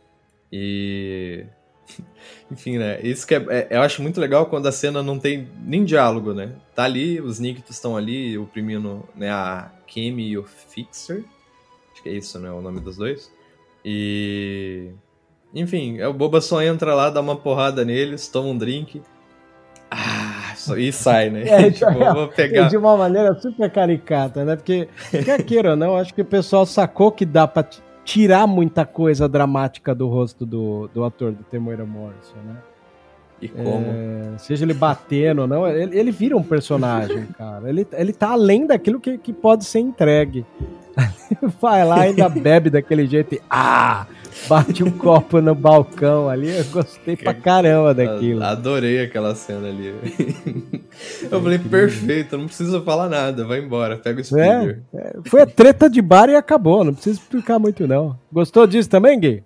e enfim, né, isso que eu acho muito legal quando a cena não tem nem diálogo, né, tá ali, os Nictos estão ali oprimindo, né, a Kemi e o Fixer, acho que é isso, né, o nome dos dois, e enfim, o Boba só entra lá, dá uma porrada neles, toma um drink, e sai, né? Tipo, vou pegar. De uma maneira super caricata, né? Porque, quer queira ou não, acho que o pessoal sacou que dá pra tirar muita coisa dramática do rosto do ator, do Temuera Morrison, né? E como? Seja ele batendo ou não, ele vira um personagem, cara. Ele tá além daquilo que pode ser entregue. Vai lá e ainda bebe daquele jeito e bate um copo no balcão ali. Eu gostei pra caramba daquilo. Adorei aquela cena ali. Eu falei, perfeito, não precisa falar nada, vai embora, pega o speeder. Foi a treta de bar e acabou, não precisa explicar muito não. Gostou disso também, Gui?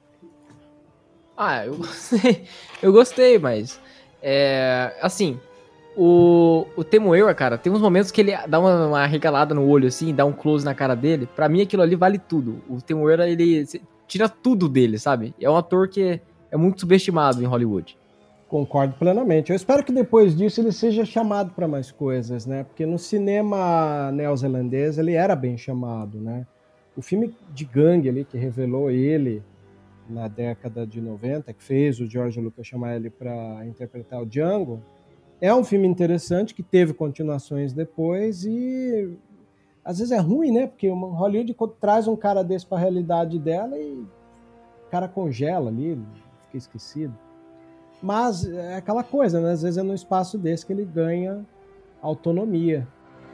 Eu gostei, mas assim, o Temuera, cara, tem uns momentos que ele dá uma regalada no olho, assim, dá um close na cara dele. Pra mim, aquilo ali vale tudo. O Temuera, ele tira tudo dele, sabe? É um ator que é muito subestimado em Hollywood. Concordo plenamente. Eu espero que depois disso ele seja chamado para mais coisas, né? Porque no cinema neozelandês ele era bem chamado, né? O filme de gangue ali que revelou ele na década de 90, que fez o George Lucas chamar ele para interpretar o Django, é um filme interessante que teve continuações depois e às vezes é ruim, né? Porque o Hollywood traz um cara desse para a realidade dela e o cara congela ali, fica esquecido. Mas é aquela coisa, né? Às vezes é num espaço desse que ele ganha autonomia.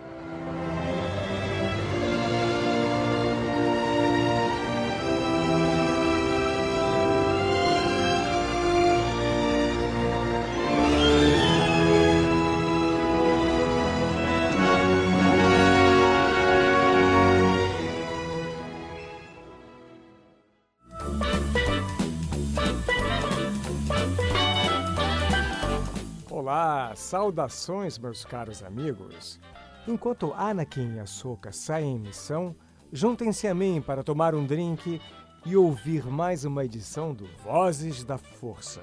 Olá, saudações meus caros amigos. Enquanto Anakin e Ahsoka saem em missão, juntem-se a mim para tomar um drink e ouvir mais uma edição do Vozes da Força.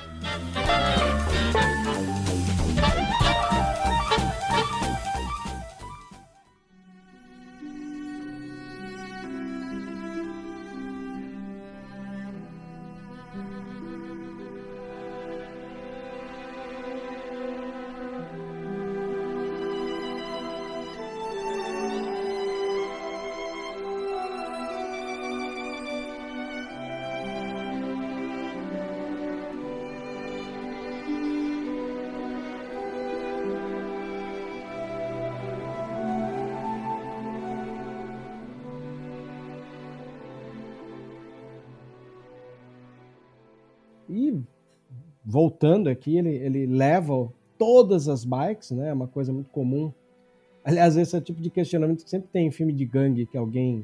E voltando aqui, ele leva todas as bikes, né? É uma coisa muito comum. Aliás, esse é o tipo de questionamento que sempre tem em filme de gangue, que alguém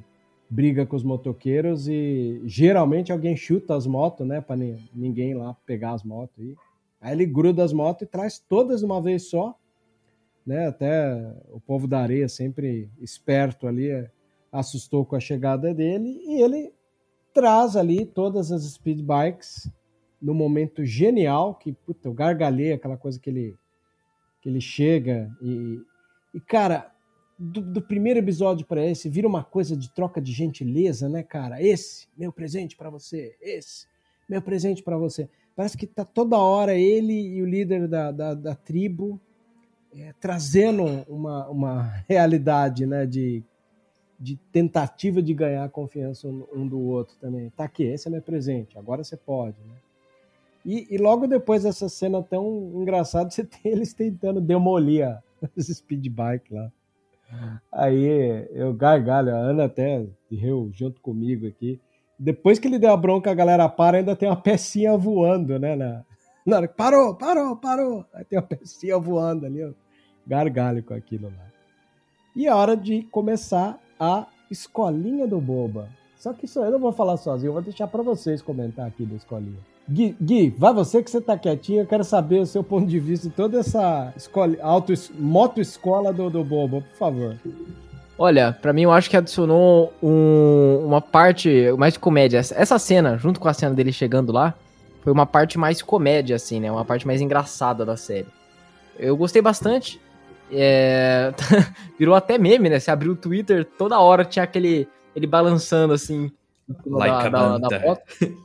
briga com os motoqueiros e geralmente alguém chuta as motos, né, para ninguém lá pegar as motos. Aí ele gruda as motos e traz todas de uma vez só, né? Até o povo da areia, sempre esperto ali, assustou com a chegada dele e ele traz ali todas as speed bikes no momento genial, que puta, eu gargalhei aquela coisa que ele chega e cara, do primeiro episódio para esse, vira uma coisa de troca de gentileza, né, cara? Esse, meu presente para você. Esse, meu presente para você. Parece que tá toda hora ele e o líder da tribo trazendo uma realidade, né, de tentativa de ganhar a confiança um do outro também. Tá aqui, esse é meu presente, agora você pode, né? E logo depois dessa cena tão engraçada, você tem eles tentando demolir as speed bike lá. Aí eu gargalho, a Ana até riu junto comigo aqui. Depois que ele deu a bronca, a galera para, ainda tem uma pecinha voando, né? Na hora que parou. Aí tem uma pecinha voando ali, ó. Gargalho com aquilo lá. E a hora de começar a escolinha do Boba. Só que isso eu não vou falar sozinho, eu vou deixar para vocês comentar aqui da escolinha. Gui, vai você que você tá quietinho, eu quero saber o seu ponto de vista de toda essa moto-escola do Boba, por favor. Olha, pra mim eu acho que adicionou uma parte mais comédia. Essa cena, junto com a cena dele chegando lá, foi uma parte mais comédia, assim, né? Uma parte mais engraçada da série. Eu gostei bastante. Virou até meme, né? Você abriu o Twitter, toda hora tinha ele balançando, assim, da moto.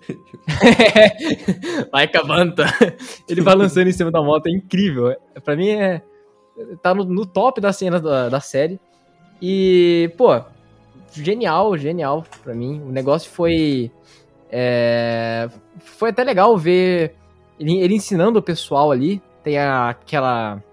Like a Banta. Ele balançando em cima da moto, é incrível. Pra mim tá no top da cena da série. E, pô, genial pra mim. O negócio foi até legal ver ele ensinando o pessoal ali. Tem aquela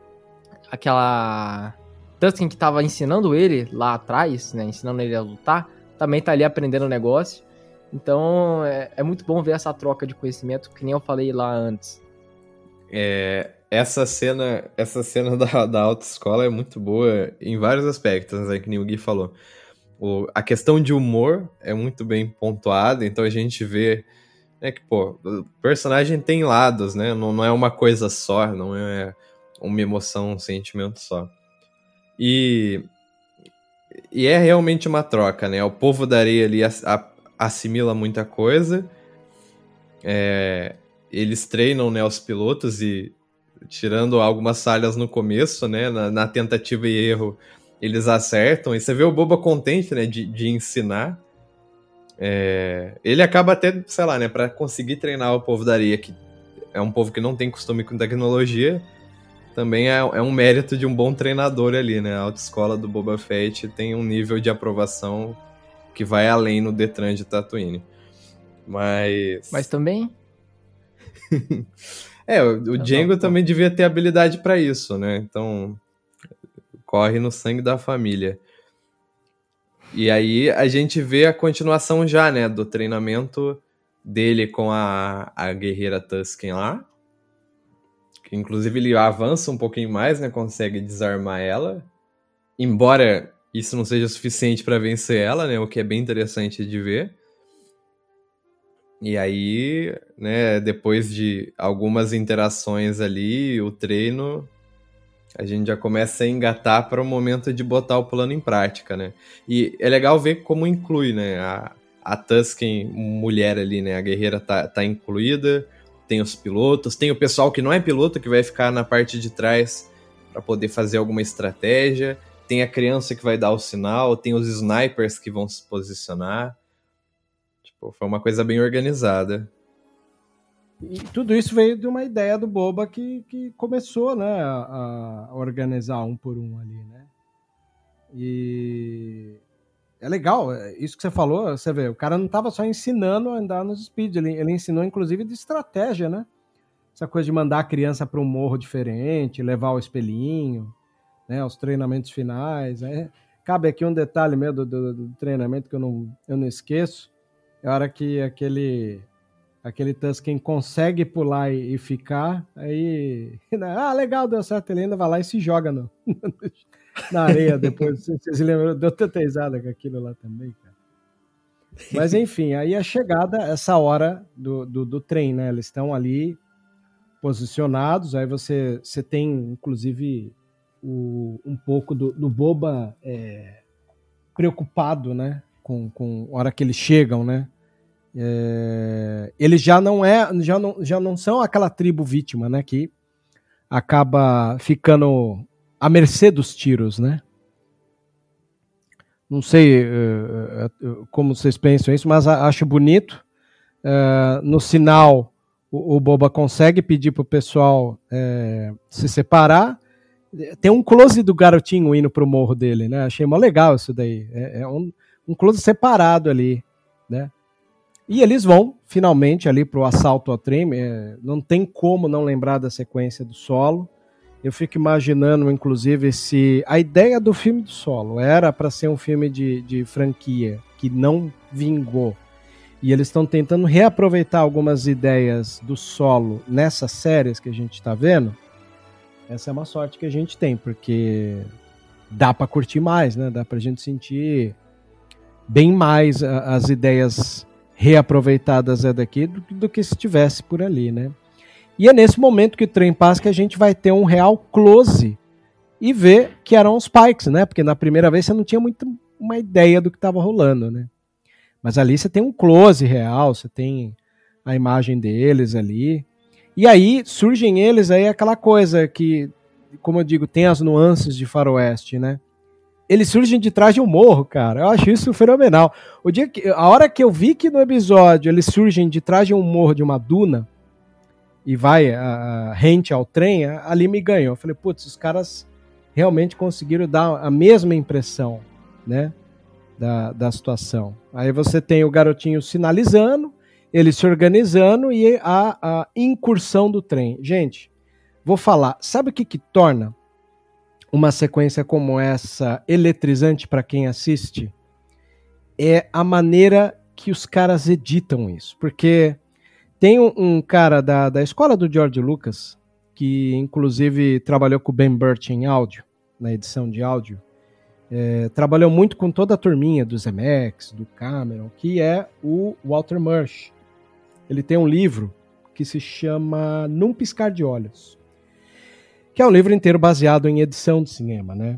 Tusken que tava ensinando ele lá atrás, né? Ensinando ele a lutar. Também tá ali aprendendo o negócio. Então, é muito bom ver essa troca de conhecimento, que nem eu falei lá antes. Essa cena da autoescola é muito boa em vários aspectos, né, que nem o Gui falou. A questão de humor é muito bem pontuada, então a gente vê, né, que, pô, o personagem tem lados, né? Não é uma coisa só, não é uma emoção, um sentimento só. E é realmente uma troca, né? O povo da areia ali assimila muita coisa. Eles treinam, né, os pilotos e tirando algumas falhas no começo, né? Na tentativa e erro, eles acertam. E você vê o Boba contente, né, de ensinar. Ele acaba até, sei lá, né, pra conseguir treinar o povo da areia, que é um povo que não tem costume com tecnologia, também é um mérito de um bom treinador ali, né? A autoescola do Boba Fett tem um nível de aprovação que vai além no Detran de Tatooine. Mas também... o Jango também devia ter habilidade pra isso, né? Então, corre no sangue da família. E aí a gente vê a continuação já, né? Do treinamento dele com a guerreira Tusken lá. Que, inclusive, ele avança um pouquinho mais, né? Consegue desarmar ela. Embora isso não seja suficiente pra vencer ela, né? O que é bem interessante de ver. E aí, né, depois de algumas interações ali, o treino, a gente já começa a engatar para o momento de botar o plano em prática, né? E é legal ver como inclui, né? A Tusken mulher ali, né? A guerreira tá incluída, tem os pilotos, tem o pessoal que não é piloto, que vai ficar na parte de trás para poder fazer alguma estratégia, tem a criança que vai dar o sinal, tem os snipers que vão se posicionar. Foi uma coisa bem organizada. E tudo isso veio de uma ideia do Boba que começou, né, a organizar um por um ali, né? E é legal, isso que você falou, você vê, o cara não estava só ensinando a andar nos speed, ele ensinou inclusive de estratégia, né? Essa coisa de mandar a criança para um morro diferente, levar o espelhinho, né, os treinamentos finais. Cabe aqui um detalhe meu do treinamento que eu não esqueço. É a hora que aquele Tusken consegue pular e ficar, aí... legal, deu certo, ele ainda vai lá e se joga na areia depois. Vocês lembram? Deu tanta risada com aquilo lá também, cara. Mas enfim, aí a chegada, essa hora do trem, né? Eles estão ali posicionados, aí você tem, inclusive, um pouco do Boba preocupado, né? Com a hora que eles chegam, né? Eles já não são aquela tribo vítima, né? Que acaba ficando à mercê dos tiros, né? Não sei como vocês pensam isso, mas acho bonito. No sinal, o Boba consegue pedir pro pessoal se separar. Tem um close do garotinho indo pro morro dele, né? Achei mó legal isso daí. Um close separado ali, né? E eles vão, finalmente, ali pro assalto ao trem. Não tem como não lembrar da sequência do Solo. Eu fico imaginando, inclusive, se a ideia do filme do Solo era para ser um filme de franquia que não vingou. E eles estão tentando reaproveitar algumas ideias do Solo nessas séries que a gente está vendo. Essa é uma sorte que a gente tem, porque dá para curtir mais, né? Dá pra gente sentir bem mais as ideias reaproveitadas daqui do que se estivesse por ali, né? E é nesse momento que o trem passa que a gente vai ter um real close e ver que eram os Pikes, né? Porque na primeira vez você não tinha muito uma ideia do que estava rolando, né? Mas ali você tem um close real, você tem a imagem deles ali. E aí surgem eles aí aquela coisa que, como eu digo, tem as nuances de faroeste, né? Eles surgem de trás de um morro, cara. Eu acho isso fenomenal. A hora que eu vi que no episódio eles surgem de trás de um morro, de uma duna, e vai rente ao trem, ali me ganhou. Eu falei, putz, os caras realmente conseguiram dar a mesma impressão, né, da situação. Aí você tem o garotinho sinalizando, ele se organizando e a incursão do trem. Gente, vou falar, sabe o que torna uma sequência como essa eletrizante para quem assiste? É a maneira que os caras editam isso, porque tem um cara da escola do George Lucas, que inclusive trabalhou com o Ben Burtt em áudio, na edição de áudio, trabalhou muito com toda a turminha do Zemeckis, do Cameron, que é o Walter Murch. Ele tem um livro que se chama Num Piscar de Olhos, que é um livro inteiro baseado em edição de cinema, né?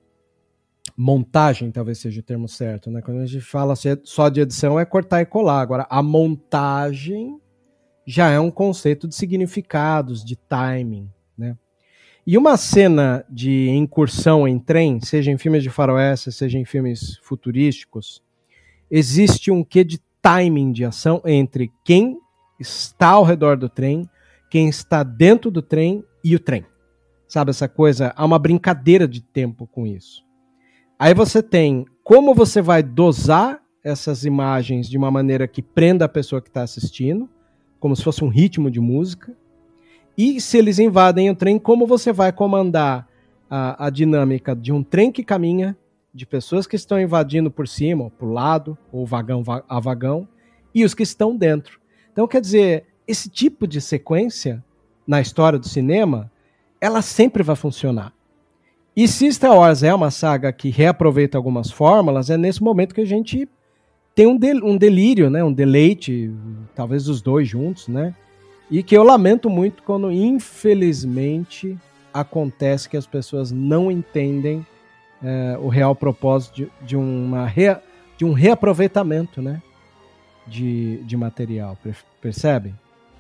Montagem talvez seja o termo certo, né? Quando a gente fala só de edição é cortar e colar. Agora, a montagem já é um conceito de significados, de timing, né? E uma cena de incursão em trem, seja em filmes de faroeste, seja em filmes futurísticos, existe um quê de timing de ação entre quem está ao redor do trem, quem está dentro do trem e o trem. Sabe essa coisa? Há uma brincadeira de tempo com isso. Aí você tem como você vai dosar essas imagens de uma maneira que prenda a pessoa que está assistindo, como se fosse um ritmo de música. E se eles invadem o trem, como você vai comandar a dinâmica de um trem que caminha, de pessoas que estão invadindo por cima, ou por lado, ou vagão a vagão, e os que estão dentro. Então, quer dizer, esse tipo de sequência na história do cinema, ela sempre vai funcionar. E se Star Wars é uma saga que reaproveita algumas fórmulas, é nesse momento que a gente tem um delírio, né? Um deleite, talvez os dois juntos, né? E que eu lamento muito quando, infelizmente, acontece que as pessoas não entendem o real propósito de um reaproveitamento, né? De material, percebem?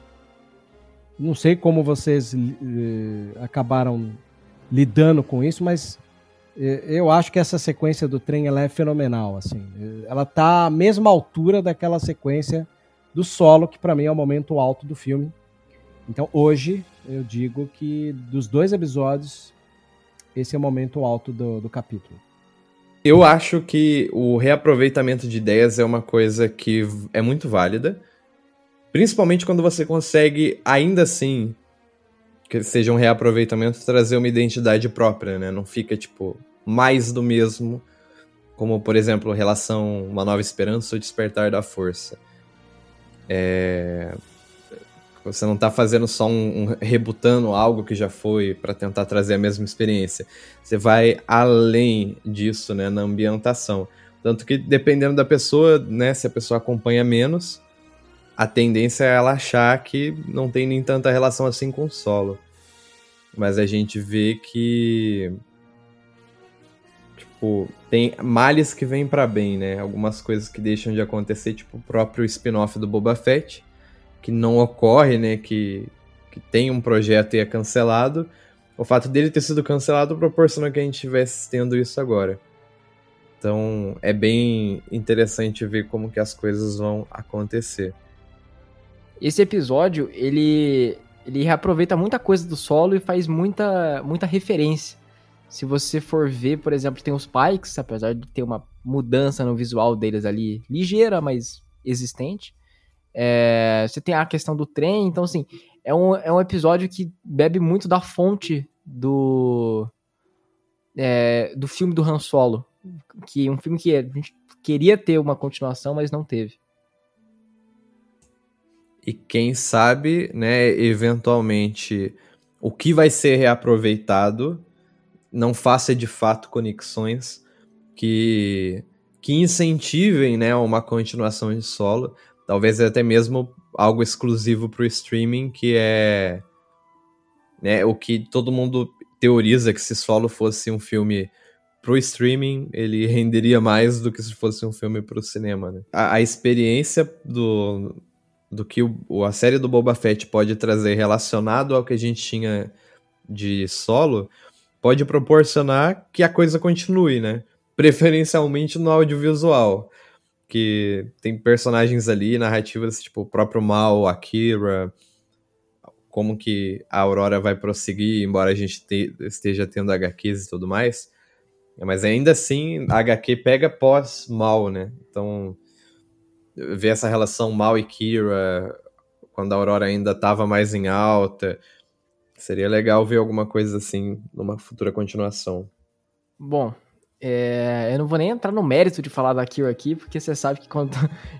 Não sei como vocês acabaram lidando com isso, mas eu acho que essa sequência do trem ela é fenomenal, assim. Ela tá à mesma altura daquela sequência do Solo, que para mim é o momento alto do filme. Então hoje eu digo que dos 2 episódios esse é o momento alto do capítulo. Eu acho que o reaproveitamento de ideias é uma coisa que é muito válida, principalmente quando você consegue, ainda assim, que seja um reaproveitamento, trazer uma identidade própria, né? Não fica, tipo, mais do mesmo, como, por exemplo, relação Uma Nova Esperança ou Despertar da Força. Você não tá fazendo só rebutando algo que já foi para tentar trazer a mesma experiência. Você vai além disso, né, na ambientação. Tanto que, dependendo da pessoa, né, se a pessoa acompanha menos, a tendência é ela achar que não tem nem tanta relação assim com o Solo. Mas a gente vê que, tipo, tem males que vêm pra bem, né? Algumas coisas que deixam de acontecer, tipo o próprio spin-off do Boba Fett, que não ocorre, né? Que tem um projeto e é cancelado. O fato dele ter sido cancelado proporciona que a gente estivesse tendo isso agora. Então, é bem interessante ver como que as coisas vão acontecer. Esse episódio, ele reaproveita muita coisa do Solo e faz muita referência. Se você for ver, por exemplo, tem os Pikes, apesar de ter uma mudança no visual deles ali, ligeira, mas existente. Você tem a questão do trem, então assim, é um episódio que bebe muito da fonte do filme do Han Solo, que é um filme que a gente queria ter uma continuação, mas não teve. E quem sabe, né, eventualmente, o que vai ser reaproveitado não faça de fato conexões que incentivem, né, uma continuação de Solo. Talvez até mesmo algo exclusivo pro streaming, que é, né, o que todo mundo teoriza, que se Solo fosse um filme pro streaming, ele renderia mais do que se fosse um filme pro cinema, né? A experiência do que a série do Boba Fett pode trazer relacionado ao que a gente tinha de Solo, pode proporcionar que a coisa continue, né? Preferencialmente no audiovisual, que tem personagens ali, narrativas, tipo o próprio Maul, a Qi'ra, como que a Aurora vai prosseguir, embora a gente esteja tendo HQs e tudo mais. Mas ainda assim, a HQ pega pós-Maul, né? Então, ver essa relação Maul e Qi'ra, quando a Aurora ainda estava mais em alta, seria legal ver alguma coisa assim numa futura continuação. Bom, eu não vou nem entrar no mérito de falar da Qi'ra aqui, porque você sabe que quando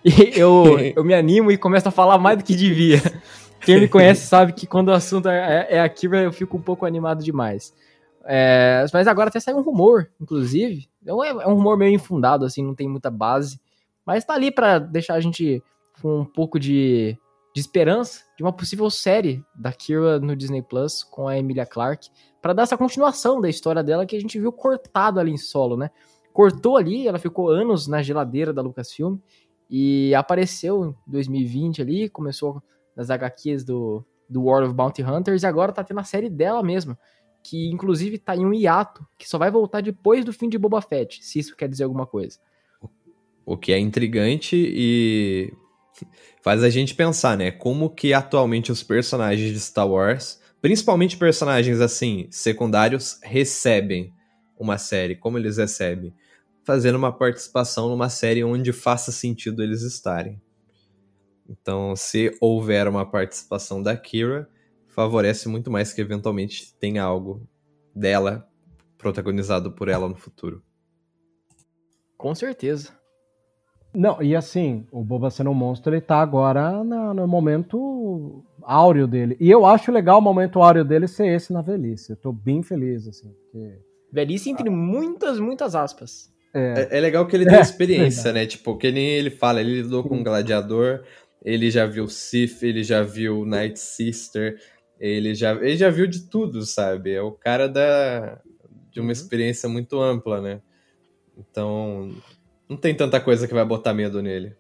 eu me animo e começo a falar mais do que devia. Quem me conhece sabe que quando o assunto é a Qi'ra, eu fico um pouco animado demais. Mas agora até saiu um rumor, inclusive. É um rumor meio infundado, assim, não tem muita base. Mas tá ali pra deixar a gente com um pouco de esperança de uma possível série da Qi'ra no Disney Plus com a Emilia Clarke, pra dar essa continuação da história dela que a gente viu cortado ali em Solo, né? Cortou ali, ela ficou anos na geladeira da Lucasfilm e apareceu em 2020 ali, começou nas HQs do World of Bounty Hunters e agora tá tendo a série dela mesma, que inclusive tá em um hiato, que só vai voltar depois do fim de Boba Fett, se isso quer dizer alguma coisa. O que é intrigante e faz a gente pensar, né? Como que atualmente os personagens de Star Wars, principalmente personagens assim, secundários, recebem uma série. Como eles recebem? Fazendo uma participação numa série onde faça sentido eles estarem. Então, se houver uma participação da Qi'ra, favorece muito mais que eventualmente tenha algo dela protagonizado por ela no futuro. Com certeza. Não, e assim, o Boba sendo um monstro, ele tá agora no momento áureo dele. E eu acho legal o momento áureo dele ser esse na velhice. Eu tô bem feliz, assim. Porque... velhice entre muitas aspas. É legal que ele tem experiência, né? Tipo, que nem ele fala, ele lidou com um gladiador, ele já viu Sith, ele já viu Night Sister, ele já viu de tudo, sabe? É o cara de uma experiência muito ampla, né? Então... não tem tanta coisa que vai botar medo nele.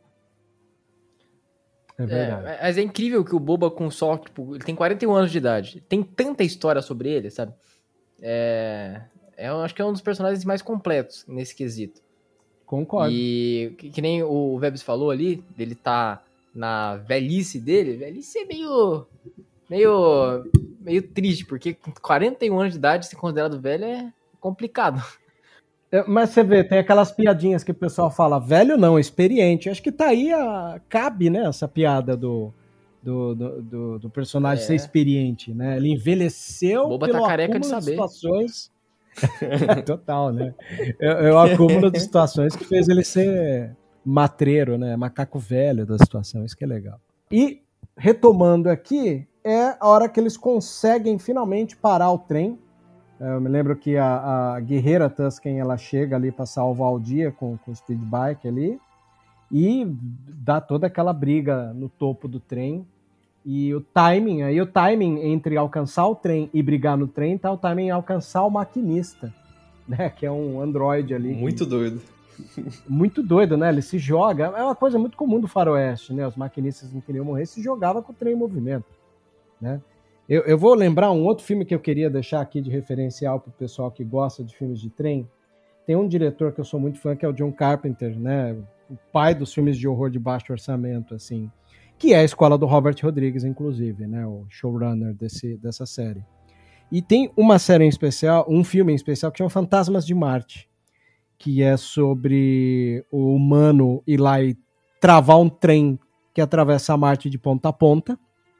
É verdade. Mas é incrível que o Boba com só, tipo, ele tem 41 anos de idade. Tem tanta história sobre ele, sabe? Eu acho que é um dos personagens mais completos nesse quesito. Concordo. E que nem o Vebs falou ali, dele tá na velhice dele. Velhice é meio triste, porque com 41 anos de idade ser considerado velho é complicado. Mas você vê, tem aquelas piadinhas que o pessoal fala, velho não, experiente. Acho que tá aí, cabe, né, essa piada do personagem ser experiente, né? Ele envelheceu Boba pelo tá careca acúmulo de saber. situações... Total, né? É o acúmulo de situações que fez ele ser matreiro, né? Macaco velho da situação, isso que é legal. E, retomando aqui, é a hora que eles conseguem finalmente parar o trem Eu me lembro que a guerreira Tusken, ela chega ali para salvar o dia com o speed bike ali e dá toda aquela briga no topo do trem. E o timing entre alcançar o trem e brigar no trem, tá o timing em alcançar o maquinista, né? Que é um androide ali. Muito doido. Muito doido, né? Ele se joga. É uma coisa muito comum do faroeste, né? Os maquinistas não queriam morrer, se jogava com o trem em movimento, né? Eu vou lembrar um outro filme que eu queria deixar aqui de referencial pro pessoal que gosta de filmes de trem. Tem um diretor que eu sou muito fã, que é o John Carpenter, né? O pai dos filmes de horror de baixo orçamento, assim. Que é a escola do Robert Rodrigues, inclusive, né? O showrunner dessa série. E tem uma série em especial, um filme em especial, que chama Fantasmas de Marte, que é sobre o humano ir lá e travar um trem que atravessa a Marte de ponta a ponta.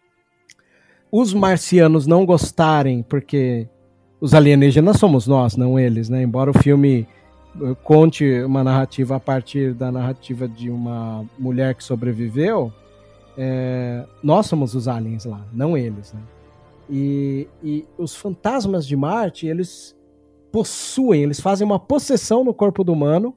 Os marcianos não gostarem, porque os alienígenas somos nós, não eles, né? Embora o filme conte uma narrativa a partir da narrativa de uma mulher que sobreviveu, nós somos os aliens lá, não eles, né? E os fantasmas de Marte, eles eles fazem uma possessão no corpo do humano,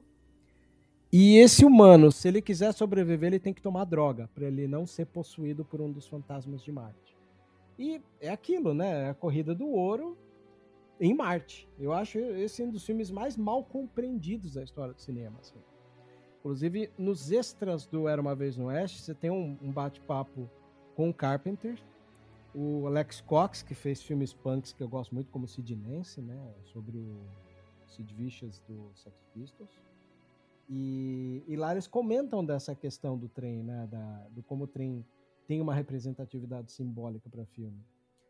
e esse humano, se ele quiser sobreviver, ele tem que tomar droga, para ele não ser possuído por um dos fantasmas de Marte. E é aquilo, né? É a corrida do ouro em Marte. Eu acho esse um dos filmes mais mal compreendidos da história do cinema, assim. Inclusive, nos extras do Era Uma Vez no Oeste, você tem um bate-papo com o Carpenter, o Alex Cox, que fez filmes punks que eu gosto muito, como Sid Nance, né? Sobre o Sid Vicious do Sex Pistols. E lá eles comentam dessa questão do trem, né? Do como o trem tem uma representatividade simbólica para o filme.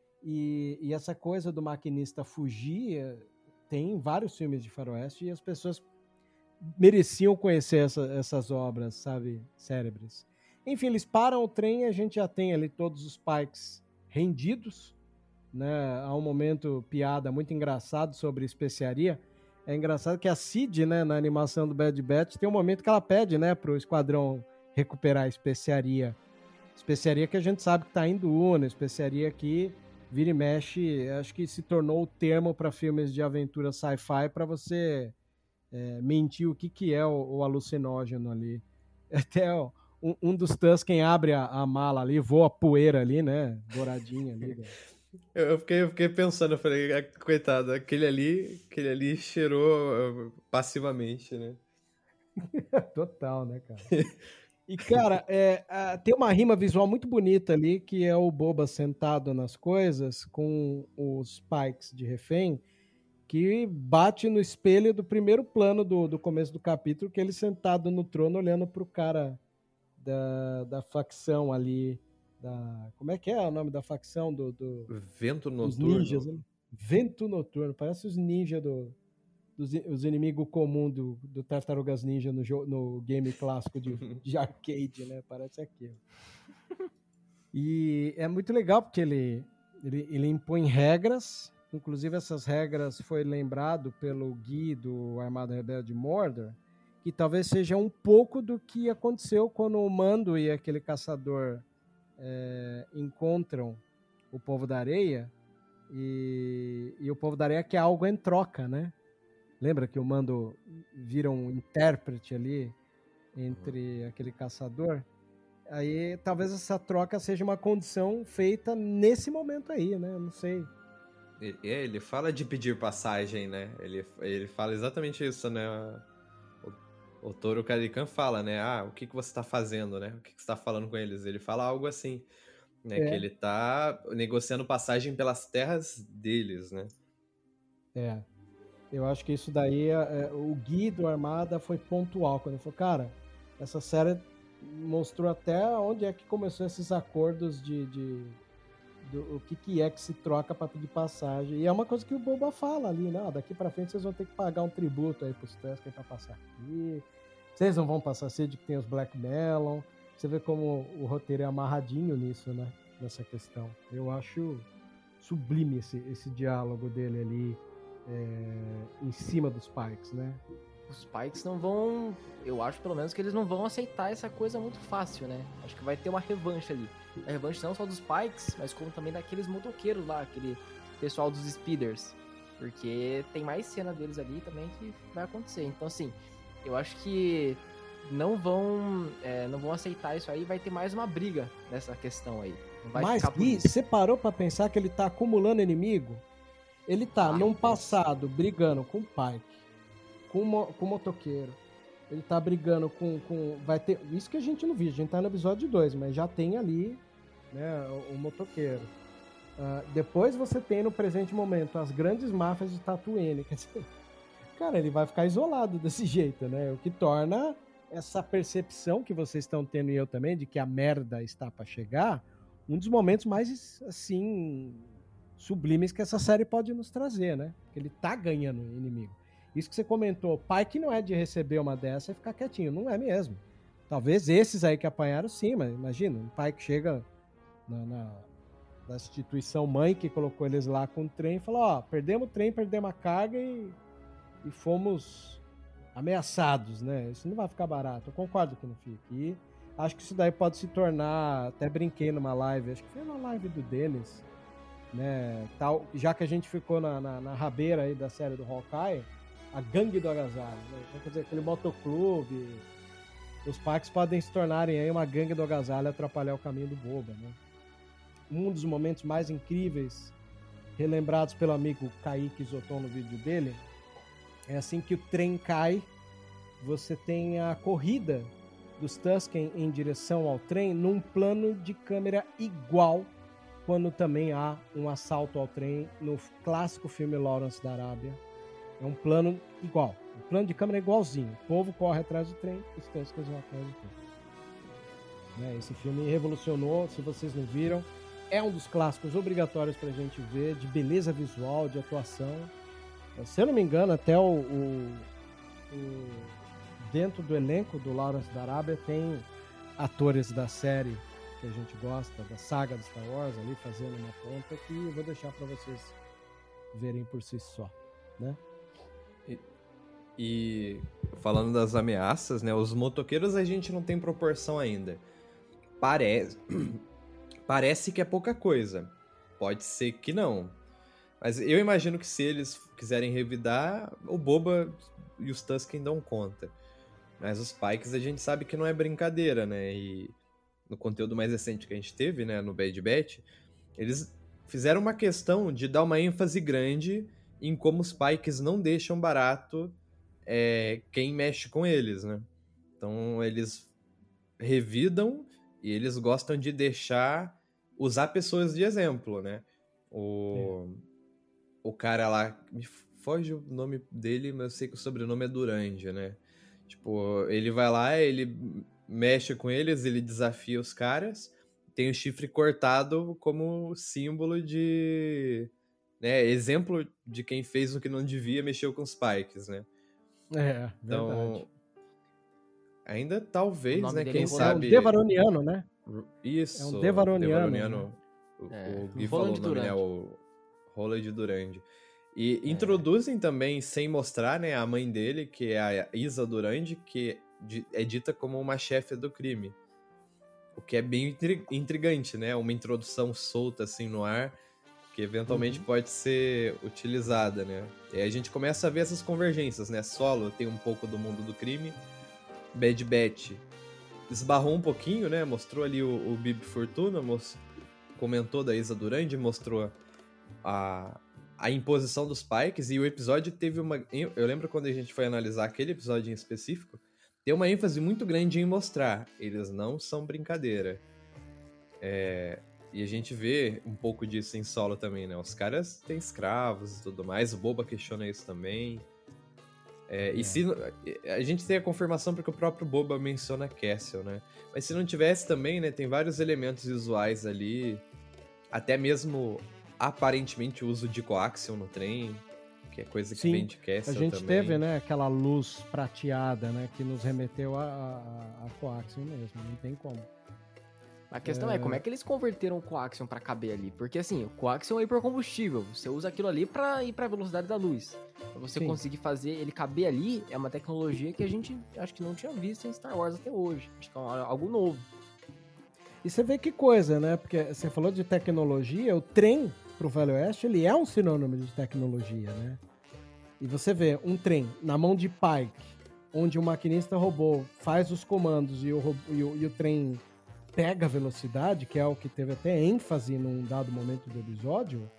E essa coisa do maquinista fugir tem vários filmes de faroeste e as pessoas mereciam conhecer essas obras, sabe, célebres. Enfim, eles param o trem e a gente já tem ali todos os Pikes rendidos, né? Há um momento, piada muito engraçado sobre especiaria. É engraçado que a Cid, né, na animação do Bad Batch, tem um momento que ela pede, né, pro esquadrão recuperar a especiaria. Especiaria que a gente sabe que tá em Duna, especiaria que vira e mexe, acho que se tornou o termo para filmes de aventura sci-fi para você mentir o que é o alucinógeno ali. Até um dos Tusken abre a mala ali, voa poeira ali, né? Douradinha ali. Né? Eu fiquei pensando, eu falei, coitado, aquele ali cheirou passivamente, né? Total, né, cara? E, cara, tem uma rima visual muito bonita ali, que é o Boba sentado nas coisas, com os Pikes de refém, que bate no espelho do primeiro plano do começo do capítulo, que ele sentado no trono, olhando pro cara da facção ali, como é que é o nome da facção do Vento Noturno. Dos ninjas, né? Vento Noturno, parece os ninjas os inimigos comuns do Tartarugas Ninja no game clássico de arcade, né? Parece aquilo. E é muito legal porque ele impõe regras, inclusive essas regras foi lembrado pelo Gui do Armada Rebelde de Mordor, que talvez seja um pouco do que aconteceu quando o Mando e aquele caçador encontram o Povo da Areia, e o Povo da Areia quer algo em troca, né? Lembra que o Mando vira um intérprete ali entre aquele caçador? Aí talvez essa troca seja uma condição feita nesse momento aí, né? Eu não sei. Ele fala de pedir passagem, né? Ele fala exatamente isso, né? O Toro Calican fala, né? O que você tá fazendo, né? O que você tá falando com eles? Ele fala algo assim, né? Que ele tá negociando passagem pelas terras deles, né? Eu acho que isso daí, o Gui do Armada foi pontual, quando ele falou, cara, essa série mostrou até onde é que começou esses acordos o que é que se troca para pedir passagem. E é uma coisa que o Boba fala ali, né? Daqui para frente vocês vão ter que pagar um tributo aí pros Tusken para passar aqui. Vocês não vão passar sede que tem os Black Melon. Você vê como o roteiro é amarradinho nisso, né? Nessa questão. Eu acho sublime esse diálogo dele ali. Em cima dos Pikes, né? Os Pikes não vão... Eu acho, pelo menos, que eles não vão aceitar essa coisa muito fácil, né? Acho que vai ter uma revanche ali. A revanche não só dos Pikes, mas como também daqueles motoqueiros lá, aquele pessoal dos Speeders. Porque tem mais cena deles ali também que vai acontecer. Então, assim, eu acho que não vão aceitar isso aí. Vai ter mais uma briga nessa questão aí. Não vai Mas, ficar por Gui, isso. você parou pra pensar que ele tá acumulando inimigo? Ele tá, num passado, brigando com o Pike, com o motoqueiro. Ele tá brigando com... Vai ter... Isso que a gente não viu, a gente tá no episódio 2, mas já tem ali, né, o motoqueiro. Depois você tem no presente momento as grandes máfias de Tatooine. Quer dizer, cara, ele vai ficar isolado desse jeito, né? O que torna essa percepção que vocês estão tendo e eu também, de que a merda está para chegar, um dos momentos mais, assim, sublimes que essa série pode nos trazer, né? Porque ele tá ganhando inimigo. Isso que você comentou, o pai que não é de receber uma dessa e ficar quietinho, não é mesmo. Talvez esses aí que apanharam sim, mas imagina, um pai que chega da instituição mãe que colocou eles lá com o trem e falou, ó, perdemos o trem, perdemos a carga e fomos ameaçados, né? Isso não vai ficar barato, eu concordo que não fique. E acho que isso daí pode se tornar, até brinquei numa live, acho que foi na live do Denis, né? Tal, já que a gente ficou na rabeira aí da série do Hawkeye, a gangue do agasalho, né? Então, quer dizer, aquele motoclube, os parques podem se tornarem aí uma gangue do agasalho e atrapalhar o caminho do Boba, né? Um dos momentos mais incríveis, relembrados pelo amigo Kaique Zoton no vídeo dele, é assim que o trem cai, você tem a corrida dos Tusken em direção ao trem num plano de câmera igual quando também há um assalto ao trem no clássico filme Lawrence da Arábia. É um plano igual, o plano de câmera é igualzinho. O povo corre atrás do trem, os Tuskens vão atrás do trem. Né? Esse filme revolucionou, se vocês não viram, é um dos clássicos obrigatórios pra gente ver, de beleza visual, de atuação. Se eu não me engano, até dentro do elenco do Lawrence da Arábia tem atores da série que a gente gosta, da saga de Star Wars ali, fazendo uma ponta que eu vou deixar pra vocês verem por si só, né? E falando das ameaças, né? Os motoqueiros a gente não tem proporção ainda. Parece que é pouca coisa. Pode ser que não. Mas eu imagino que se eles quiserem revidar, o Boba e os Tusken dão conta. Mas os Pikes a gente sabe que não é brincadeira, né? E no conteúdo mais recente que a gente teve, né? No Bad Batch, eles fizeram uma questão de dar uma ênfase grande em como os Pikes não deixam barato quem mexe com eles, né? Então eles revidam e eles gostam de usar pessoas de exemplo, né? O cara lá, me foge o nome dele, mas eu sei que o sobrenome é Durand, né? Tipo, ele vai lá, ele mexe com eles, ele desafia os caras, tem o chifre cortado como símbolo de... né, exemplo de quem fez o que não devia, mexeu com os Pikes, né? Verdade. Então, ainda talvez, né, quem é sabe... um Devaroniano, né? Isso. É um Devaroniano. Né? O Gui falou o nome, né? O Roland Durand. E introduzem também, sem mostrar, né, a mãe dele, que é a Isa Durand, que é dita como uma chefe do crime. O que é bem intrigante, né? Uma introdução solta, assim, no ar, que eventualmente pode ser utilizada, né? E aí a gente começa a ver essas convergências, né? Solo tem um pouco do mundo do crime, Bad Batch esbarrou um pouquinho, né? Mostrou ali o Bib Fortuna, comentou da Isa Durand, mostrou a imposição dos Pikes, e o episódio teve uma... Eu lembro quando a gente foi analisar aquele episódio em específico, tem uma ênfase muito grande em mostrar, eles não são brincadeira. E a gente vê um pouco disso em Solo também, né? Os caras têm escravos e tudo mais, o Boba questiona isso também. E se a gente tem a confirmação porque o próprio Boba menciona Cassiel, né? Mas se não tivesse também, né? Tem vários elementos visuais ali, até mesmo aparentemente o uso de coaxium no trem, que é coisa que vem de Cassiel também. A gente teve, né, aquela luz prateada, né, que nos remeteu a coaxium mesmo, não tem como. A questão é como é que eles converteram o coaxium pra caber ali? Porque assim, o coaxium é hipercombustível, você usa aquilo ali pra ir pra velocidade da luz. Pra você conseguir fazer ele caber ali, é uma tecnologia que a gente acho que não tinha visto em Star Wars até hoje. Acho que é algo novo. E você vê que coisa, né? Porque você falou de tecnologia, o trem pro Velho Oeste, ele é um sinônimo de tecnologia, né? E você vê um trem na mão de Pike, onde o maquinista robô faz os comandos e o trem pega a velocidade, que é o que teve até ênfase num dado momento do episódio,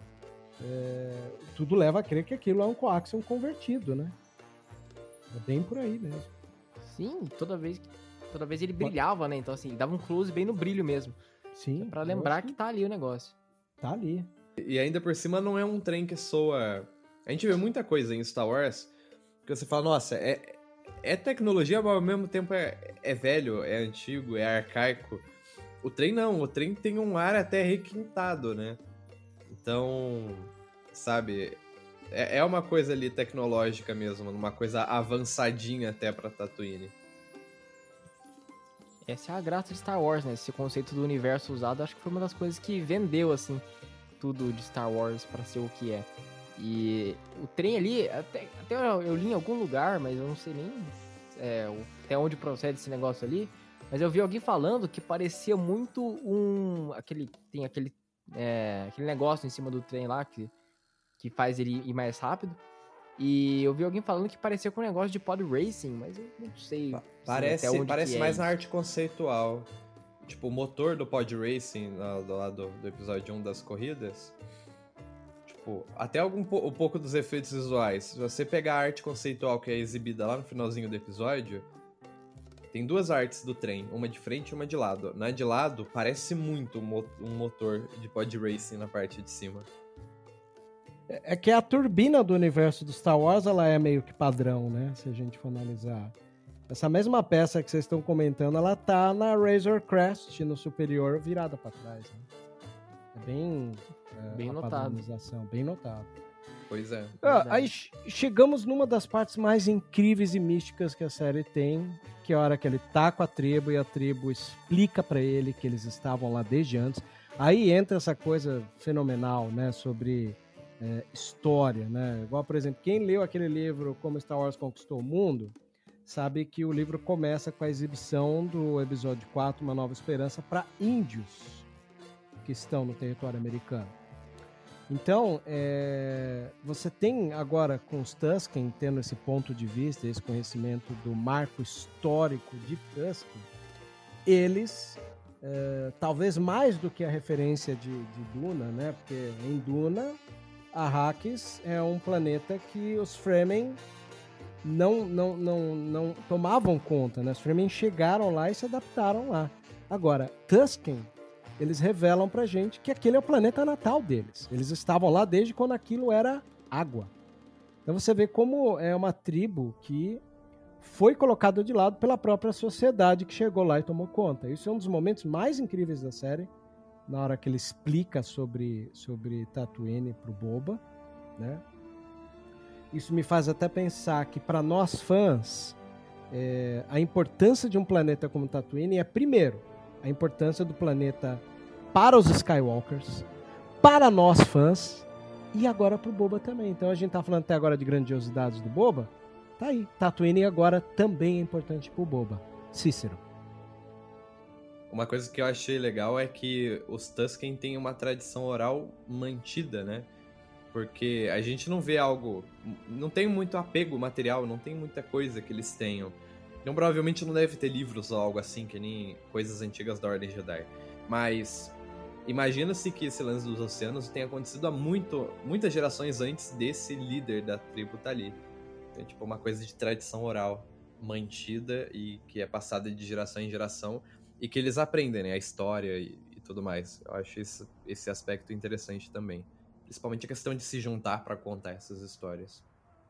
tudo leva a crer que aquilo é um coaxium convertido, né? É bem por aí mesmo. Sim, toda vez ele brilhava, né? Então, assim, dava um close bem no brilho mesmo. Sim. Pra lembrar que tá ali o negócio. Tá ali. E ainda por cima não é um trem que soa... A gente vê muita coisa em Star Wars que você fala, nossa, é tecnologia, mas ao mesmo tempo é velho, é antigo, é arcaico. O trem não, o trem tem um ar até requintado, né? Então, sabe, é uma coisa ali tecnológica mesmo, uma coisa avançadinha até pra Tatooine. Essa é a graça de Star Wars, né? Esse conceito do universo usado, acho que foi uma das coisas que vendeu, assim, tudo de Star Wars pra ser o que é. E o trem ali, até eu li em algum lugar, mas eu não sei nem até onde procede esse negócio ali, mas eu vi alguém falando que parecia muito aquele negócio em cima do trem lá que faz ele ir mais rápido. E eu vi alguém falando que parecia com um negócio de pod racing, mas eu não sei. Parece mais na arte conceitual. Tipo, o motor do pod racing lá do episódio 1 das corridas. Tipo, até um pouco dos efeitos visuais. Se você pegar a arte conceitual que é exibida lá no finalzinho do episódio, tem duas artes do trem, uma de frente e uma de lado. Na de lado, parece muito um motor de pod racing na parte de cima. É que a turbina do universo do Star Wars, ela é meio que padrão, né? Se a gente for analisar. Essa mesma peça que vocês estão comentando, ela tá na Razor Crest, no superior, virada para trás. Né? É bem notado. Bem notado. Pois é. Aí chegamos numa das partes mais incríveis e místicas que a série tem, que é a hora que ele tá com a tribo e a tribo explica para ele que eles estavam lá desde antes. Aí entra essa coisa fenomenal, né, sobre história, né? Igual, por exemplo, quem leu aquele livro Como Star Wars Conquistou o Mundo, sabe que o livro começa com a exibição do episódio 4, Uma Nova Esperança, para índios que estão no território americano. Então, você tem agora com os Tusken, tendo esse ponto de vista, esse conhecimento do marco histórico de Tusken, eles, talvez mais do que a referência de Duna, né? Porque em Duna, Arrakis é um planeta que os Fremen não tomavam conta, né? Os Fremen chegaram lá e se adaptaram lá. Agora, Tusken, eles revelam pra gente que aquele é o planeta natal deles. Eles estavam lá desde quando aquilo era água. Então você vê como é uma tribo que foi colocada de lado pela própria sociedade que chegou lá e tomou conta. Isso é um dos momentos mais incríveis da série, na hora que ele explica sobre Tatooine pro Boba, né? Isso me faz até pensar que para nós fãs, a importância de um planeta como Tatooine é, primeiro, a importância do planeta para os Skywalkers, para nós fãs e agora pro Boba também. Então a gente tá falando até agora de grandiosidades do Boba, tá aí. Tatooine agora também é importante pro Boba. Cícero. Uma coisa que eu achei legal é que os Tusken têm uma tradição oral mantida, né? Porque a gente não vê algo... Não tem muito apego material, não tem muita coisa que eles tenham. Então provavelmente não deve ter livros ou algo assim, que nem coisas antigas da Ordem Jedi. Mas imagina-se que esse lance dos oceanos tenha acontecido há muitas gerações antes desse líder da tribo estar ali. Então, tipo, uma coisa de tradição oral mantida e que é passada de geração em geração e que eles aprendem, né? A história e tudo mais. Eu acho esse aspecto interessante também. Principalmente a questão de se juntar para contar essas histórias.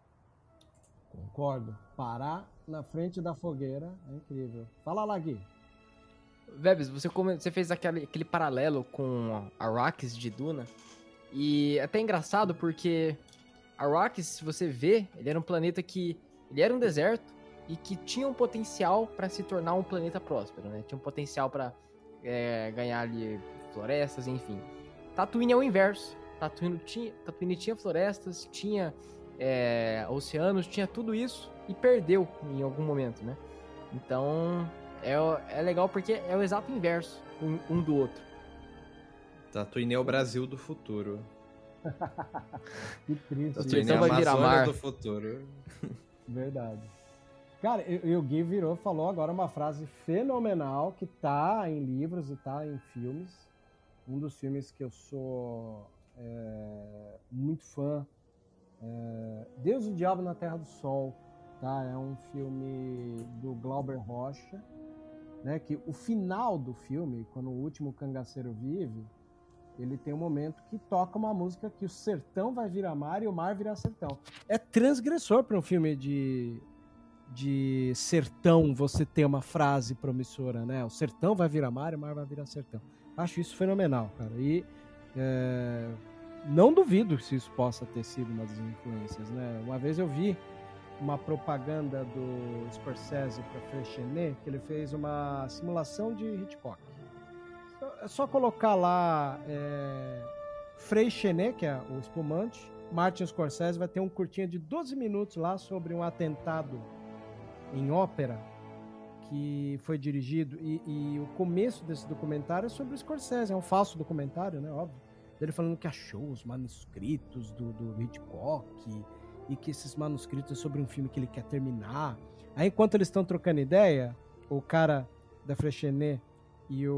Concordo. Parar na frente da fogueira é incrível. Fala lá, Gui. Vebs, você fez aquele paralelo com Arrakis de Duna. E é até engraçado porque Arrakis, se você vê, ele era um planeta que... Ele era um deserto e que tinha um potencial para se tornar um planeta próspero, né? Tinha um potencial para ganhar ali florestas, enfim. Tatooine é o inverso. Tatooine tinha florestas, tinha oceanos, tinha tudo isso e perdeu em algum momento, né? Então é legal porque é o exato inverso um do outro. Tatooine é o Brasil do futuro. Que triste. Tatooine é a vai virar Amazônia mar. do futuro. Verdade. Cara, e o Gui falou agora uma frase fenomenal que tá em livros e tá em filmes. Um dos filmes que eu sou muito fã, Deus e o Diabo na Terra do Sol, tá? É um filme do Glauber Rocha, né? Que o final do filme, quando o último cangaceiro vive, ele tem um momento que toca uma música que o sertão vai virar mar e o mar virar sertão. É transgressor para um filme de sertão você ter uma frase promissora, né? O sertão vai virar mar e o mar vai virar sertão. Acho isso fenomenal, cara. E não duvido se isso possa ter sido uma das influências, né? Uma vez eu vi uma propaganda do Scorsese para Freixenet, que ele fez uma simulação de Hitchcock. É só colocar lá Freixenet, que é o espumante, Martin Scorsese, vai ter um curtinha de 12 minutos lá sobre um atentado em ópera que foi dirigido, e o começo desse documentário é sobre o Scorsese, é um falso documentário, né, óbvio, dele falando que achou os manuscritos do Hitchcock, e que esses manuscritos é sobre um filme que ele quer terminar. Aí, enquanto eles estão trocando ideia, o cara da Freixenet e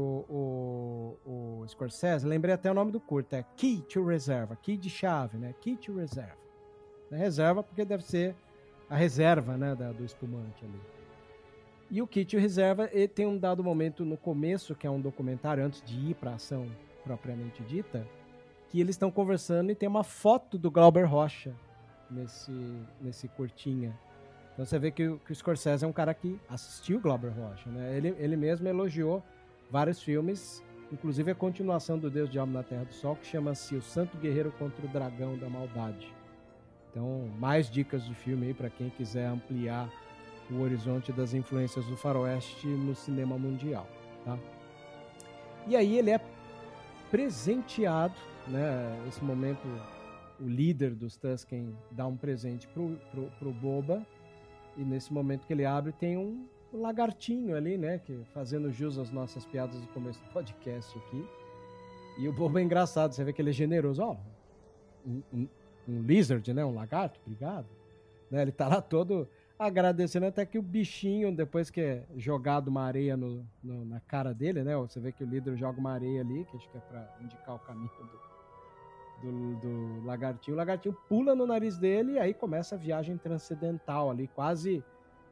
o Scorsese, lembrei até o nome do curto, é Key to Reserva, Key de chave, né, Key to Reserva. Reserva porque deve ser a reserva, né, do espumante ali. E o Key to Reserva, ele tem um dado momento no começo, que é um documentário antes de ir para a ação propriamente dita, que eles estão conversando e tem uma foto do Glauber Rocha nesse curtinha. Então você vê que o Scorsese é um cara que assistiu Glauber Rocha, né? Ele mesmo elogiou vários filmes, inclusive a continuação do Deus, Diabo na Terra do Sol, que chama-se O Santo Guerreiro contra o Dragão da Maldade. Então, mais dicas de filme aí para quem quiser ampliar o horizonte das influências do faroeste no cinema mundial, tá? E aí ele é presenteado, né? Esse momento, o líder dos Tusken dá um presente pro Boba, e nesse momento que ele abre tem um lagartinho ali, né? Que, fazendo jus às nossas piadas do começo do podcast aqui. E o Boba é engraçado, você vê que ele é generoso. Ó, um lizard, né? Um lagarto, obrigado. Né? Ele tá lá todo agradecendo, até que o bichinho, depois que é jogado uma areia na cara dele, né? Você vê que o líder joga uma areia ali, que acho que é pra indicar o caminho do lagartinho. O lagartinho pula no nariz dele e aí começa a viagem transcendental ali, quase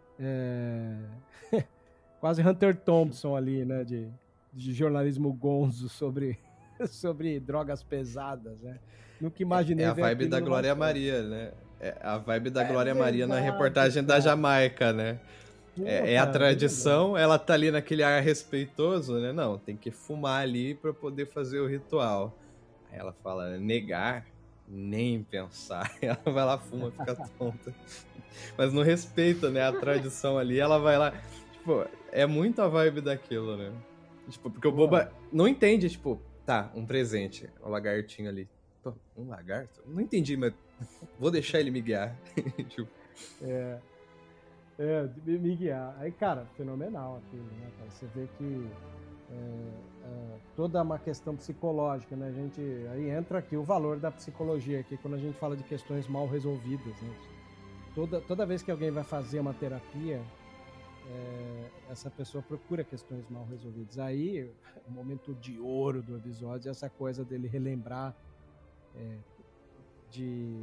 quase Hunter Thompson ali, né? De jornalismo gonzo sobre drogas pesadas, né? Nunca imaginei. É a vibe da Glória Maria, né? É a vibe da Glória Maria na reportagem da Jamaica, né? É a tradição, ela tá ali naquele ar respeitoso, né? Não, tem que fumar ali pra poder fazer o ritual. Aí ela fala, negar, nem pensar. Ela vai lá, fuma, fica tonta. Mas não respeita, né, a tradição ali. Ela vai lá, tipo, é muito a vibe daquilo, né? Tipo, porque o Boba não entende, tipo, tá, um presente, um lagartinho ali. Pô, um lagarto? Não entendi, mas vou deixar ele me guiar. Tipo... me guiar. Aí, cara, fenomenal aquilo, né, cara? Você vê que toda uma questão psicológica, né? Aí entra aqui o valor da psicologia aqui, quando a gente fala de questões mal resolvidas, né? Toda vez que alguém vai fazer uma terapia, essa pessoa procura questões mal resolvidas. Aí, o momento de ouro do episódio é essa coisa dele relembrar de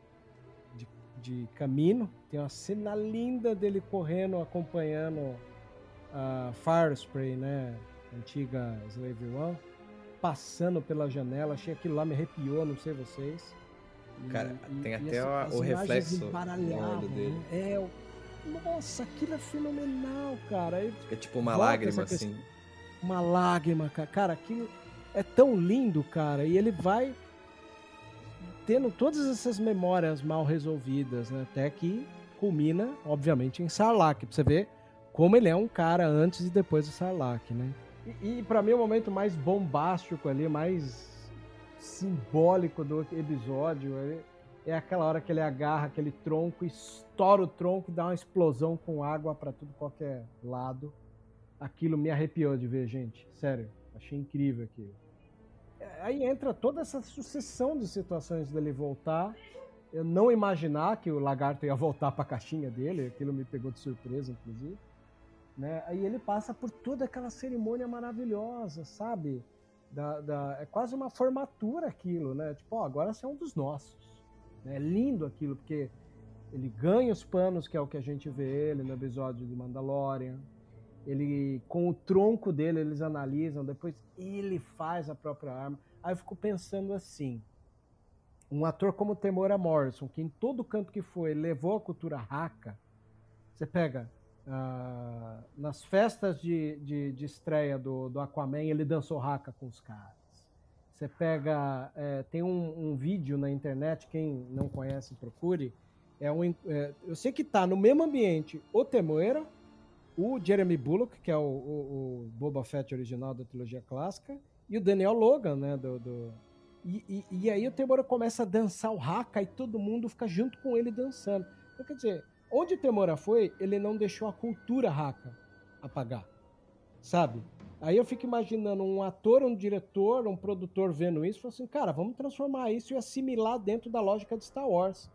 caminho. Tem uma cena linda dele correndo, acompanhando a Firespray, né? Antiga Slave One, passando pela janela. Achei aquilo lá, me arrepiou, não sei vocês. Cara, tem até o reflexo no olho dele. Né? Nossa, aquilo é fenomenal, cara. É tipo uma lágrima, assim. Uma lágrima, cara. Cara, aquilo é tão lindo, cara. E ele vai tendo todas essas memórias mal resolvidas, né? Até que culmina, obviamente, em Sarlacc. Pra você ver como ele é um cara antes e depois do Sarlacc, né? E pra mim o momento mais bombástico ali, mais simbólico do episódio é aquela hora que ele agarra aquele tronco, estoura o tronco e dá uma explosão com água pra tudo qualquer lado. Aquilo me arrepiou de ver, gente. Sério, achei incrível aquilo. aí entra toda essa sucessão de situações dele voltar. Eu não imaginar que o lagarto ia voltar para a caixinha dele, aquilo me pegou de surpresa, inclusive. Né? Aí ele passa por toda aquela cerimônia maravilhosa, sabe? É quase uma formatura aquilo, né? Tipo, agora você é um dos nossos. É lindo aquilo, porque ele ganha os panos, que é o que a gente vê ele no episódio de Mandalorian. Ele, com o tronco dele, eles analisam, depois ele faz a própria arma. Aí eu fico pensando assim, um ator como Temuera Morrison, que em todo canto que foi, levou a cultura Haka. Você pega, nas festas de estreia do Aquaman, ele dançou Haka com os caras. Você pega, tem um vídeo na internet, quem não conhece, procure. Eu sei que tá no mesmo ambiente o Temuera, o Jeremy Bullock, que é o Boba Fett original da trilogia clássica, e o Daniel Logan, né? E aí o Temuera começa a dançar o Haka e todo mundo fica junto com ele dançando. Então, quer dizer, onde o Temuera foi, ele não deixou a cultura Haka apagar, sabe? Aí eu fico imaginando um ator, um diretor, um produtor vendo isso e falando assim, cara, vamos transformar isso e assimilar dentro da lógica de Star Wars.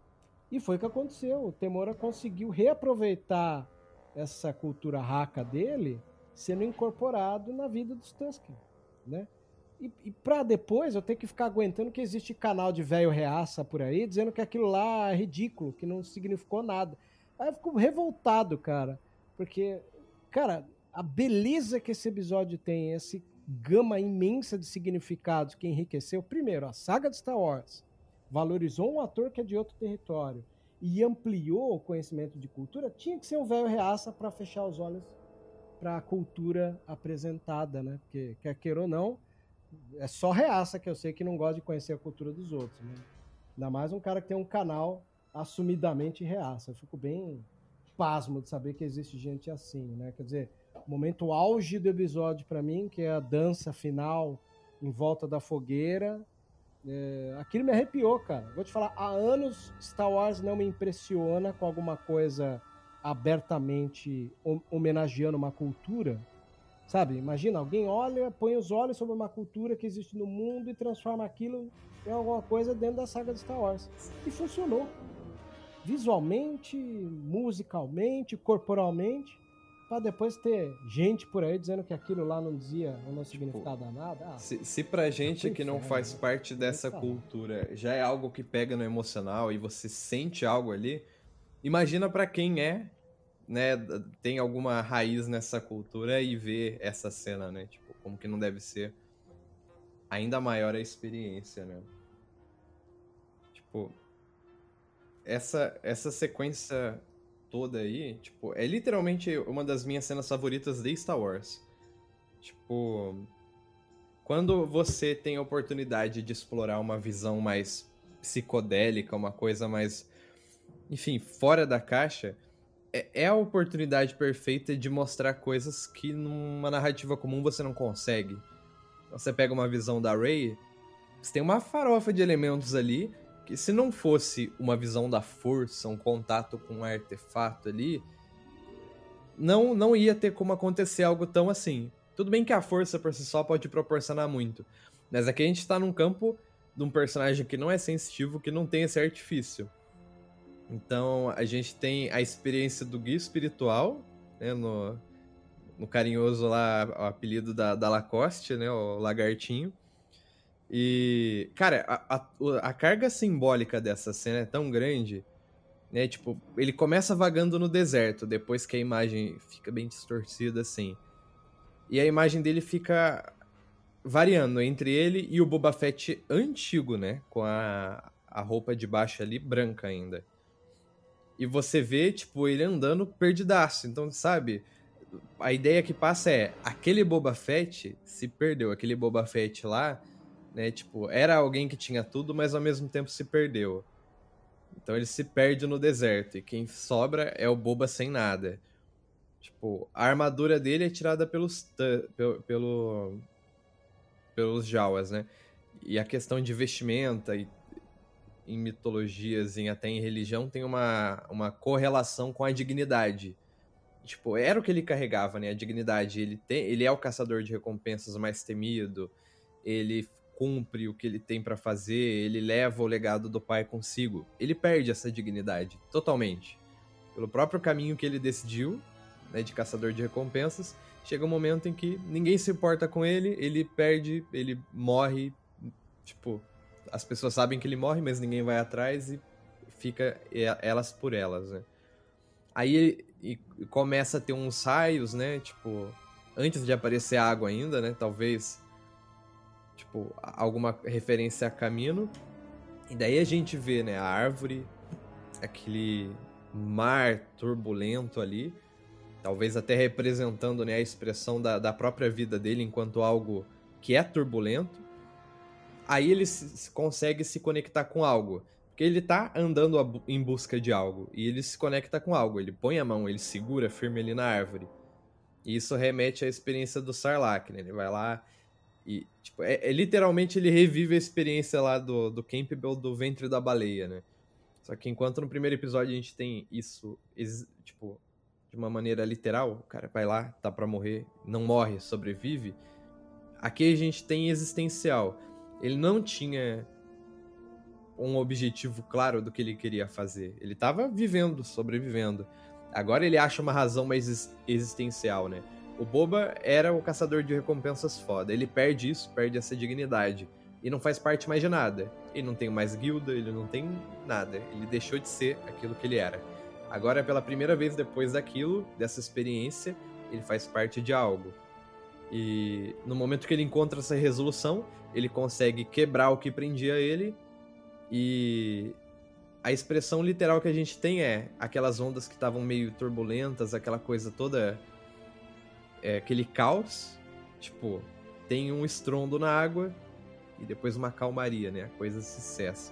E foi o que aconteceu. O Temuera conseguiu reaproveitar essa cultura Haka dele sendo incorporado na vida dos Tusken, né? E pra depois eu ter que ficar aguentando que existe canal de velho reaça por aí dizendo que aquilo lá é ridículo, que não significou nada. Aí eu fico revoltado, cara, porque, cara, a beleza que esse episódio tem, essa gama imensa de significados que enriqueceu, primeiro, a saga de Star Wars, valorizou um ator que é de outro território e ampliou o conhecimento de cultura, tinha que ser um velho reaça para fechar os olhos para a cultura apresentada, né? Porque, quer queira ou não, é só reaça que eu sei que não gosta de conhecer a cultura dos outros, né? Ainda mais um cara que tem um canal assumidamente reaça. Eu fico bem pasmo de saber que existe gente assim, né? Quer dizer, o momento auge do episódio para mim, que é a dança final em volta da fogueira, aquilo me arrepiou, cara. Vou te falar, há anos Star Wars não me impressiona com alguma coisa abertamente homenageando uma cultura, sabe? Imagina, alguém olha, põe os olhos sobre uma cultura que existe no mundo e transforma aquilo em alguma coisa dentro da saga de Star Wars. E funcionou. Visualmente, musicalmente, corporalmente, para depois ter gente por aí dizendo que aquilo lá não dizia ou não significava nada. Se pra gente que não faz parte dessa cultura já é algo que pega no emocional e você sente algo ali, imagina pra quem né, tem alguma raiz nessa cultura e vê essa cena, né? Tipo, como que não deve ser ainda maior a experiência, né? Tipo, essa sequência toda aí, tipo, é literalmente uma das minhas cenas favoritas de Star Wars. Tipo, quando você tem a oportunidade de explorar uma visão mais psicodélica, uma coisa mais, enfim, fora da caixa, é a oportunidade perfeita de mostrar coisas que numa narrativa comum você não consegue. Você pega uma visão da Rey, você tem uma farofa de elementos ali que se não fosse uma visão da força, um contato com um artefato ali, não ia ter como acontecer algo tão assim. Tudo bem que a força por si só pode proporcionar muito, mas aqui a gente tá num campo de um personagem que não é sensitivo, que não tem esse artifício. Então a gente tem a experiência do guia espiritual, né, no carinhoso lá, o apelido da Lacoste, né, o lagartinho. E, cara, a carga simbólica dessa cena é tão grande, né? Tipo, ele começa vagando no deserto, depois que a imagem fica bem distorcida, assim. E a imagem dele fica variando entre ele e o Boba Fett antigo, né? Com a roupa de baixo ali, branca ainda. E você vê, tipo, ele andando perdidaço. Então, sabe, a ideia que passa é, aquele Boba Fett se perdeu. Aquele Boba Fett lá, né, tipo, era alguém que tinha tudo, mas ao mesmo tempo se perdeu. Então ele se perde no deserto, e quem sobra é o Boba sem nada. Tipo, a armadura dele é tirada pelos Jawas, né? E a questão de vestimenta, e em mitologias, até em religião, tem uma correlação com a dignidade. Tipo, era o que ele carregava, né? A dignidade. Ele é o caçador de recompensas mais temido. ele cumpre o que ele tem pra fazer, ele leva o legado do pai consigo. Ele perde essa dignidade, totalmente. Pelo próprio caminho que ele decidiu, né, de caçador de recompensas, chega um momento em que ninguém se importa com ele perde, ele morre, tipo, as pessoas sabem que ele morre, mas ninguém vai atrás e fica elas por elas, né. Aí ele começa a ter uns raios, né, tipo, antes de aparecer água ainda, né, talvez, tipo, alguma referência a Camino, e daí a gente vê, né, a árvore, aquele mar turbulento ali, talvez até representando, né, a expressão da própria vida dele enquanto algo que é turbulento. Aí ele consegue se conectar com algo, porque ele tá andando em busca de algo, e ele se conecta com algo, ele põe a mão, ele segura firme ali na árvore. E isso remete à experiência do Sarlacc, né? Ele vai lá e, tipo, literalmente ele revive a experiência lá do Campbell do ventre da baleia, né? Só que enquanto no primeiro episódio a gente tem isso, tipo, de uma maneira literal, o cara vai lá, tá pra morrer, não morre, sobrevive. Aqui a gente tem existencial. Ele não tinha um objetivo claro do que ele queria fazer. Ele tava vivendo, sobrevivendo. Agora ele acha uma razão mais existencial, né? O Boba era o caçador de recompensas foda. Ele perde isso, perde essa dignidade. E não faz parte mais de nada. Ele não tem mais guilda, ele não tem nada. Ele deixou de ser aquilo que ele era. Agora, pela primeira vez depois daquilo, dessa experiência, ele faz parte de algo. E no momento que ele encontra essa resolução, ele consegue quebrar o que prendia ele. E a expressão literal que a gente tem é aquelas ondas que estavam meio turbulentas, aquela coisa toda... aquele caos. Tipo, tem um estrondo na água e depois uma calmaria, né? A coisa se cessa.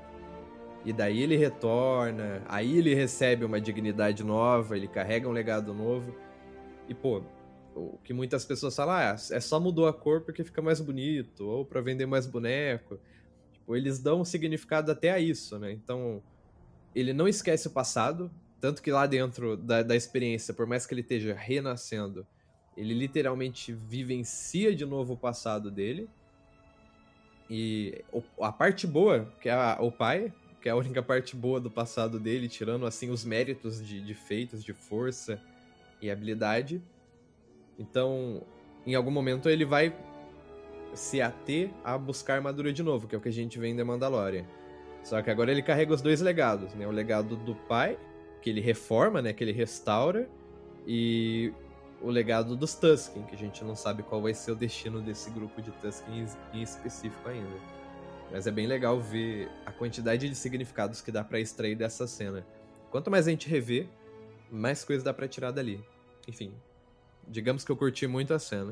E daí ele retorna, aí ele recebe uma dignidade nova, ele carrega um legado novo. E, pô, o que muitas pessoas falam, é só mudou a cor porque fica mais bonito, ou pra vender mais boneco. Tipo, eles dão um significado até a isso, né? Então, ele não esquece o passado, tanto que lá dentro da experiência, por mais que ele esteja renascendo, ele literalmente vivencia de novo o passado dele. E a parte boa, que é o pai, que é a única parte boa do passado dele, tirando assim os méritos de feitos, de força e habilidade. Então, em algum momento ele vai se ater a buscar armadura de novo, que é o que a gente vê em The Mandalorian. Só que agora ele carrega os dois legados, né? O legado do pai, que ele reforma, né? Que ele restaura, e o legado dos Tusken, que a gente não sabe qual vai ser o destino desse grupo de Tusken em específico ainda. Mas é bem legal ver a quantidade de significados que dá pra extrair dessa cena. Quanto mais a gente rever, mais coisa dá pra tirar dali. Enfim, digamos que eu curti muito a cena.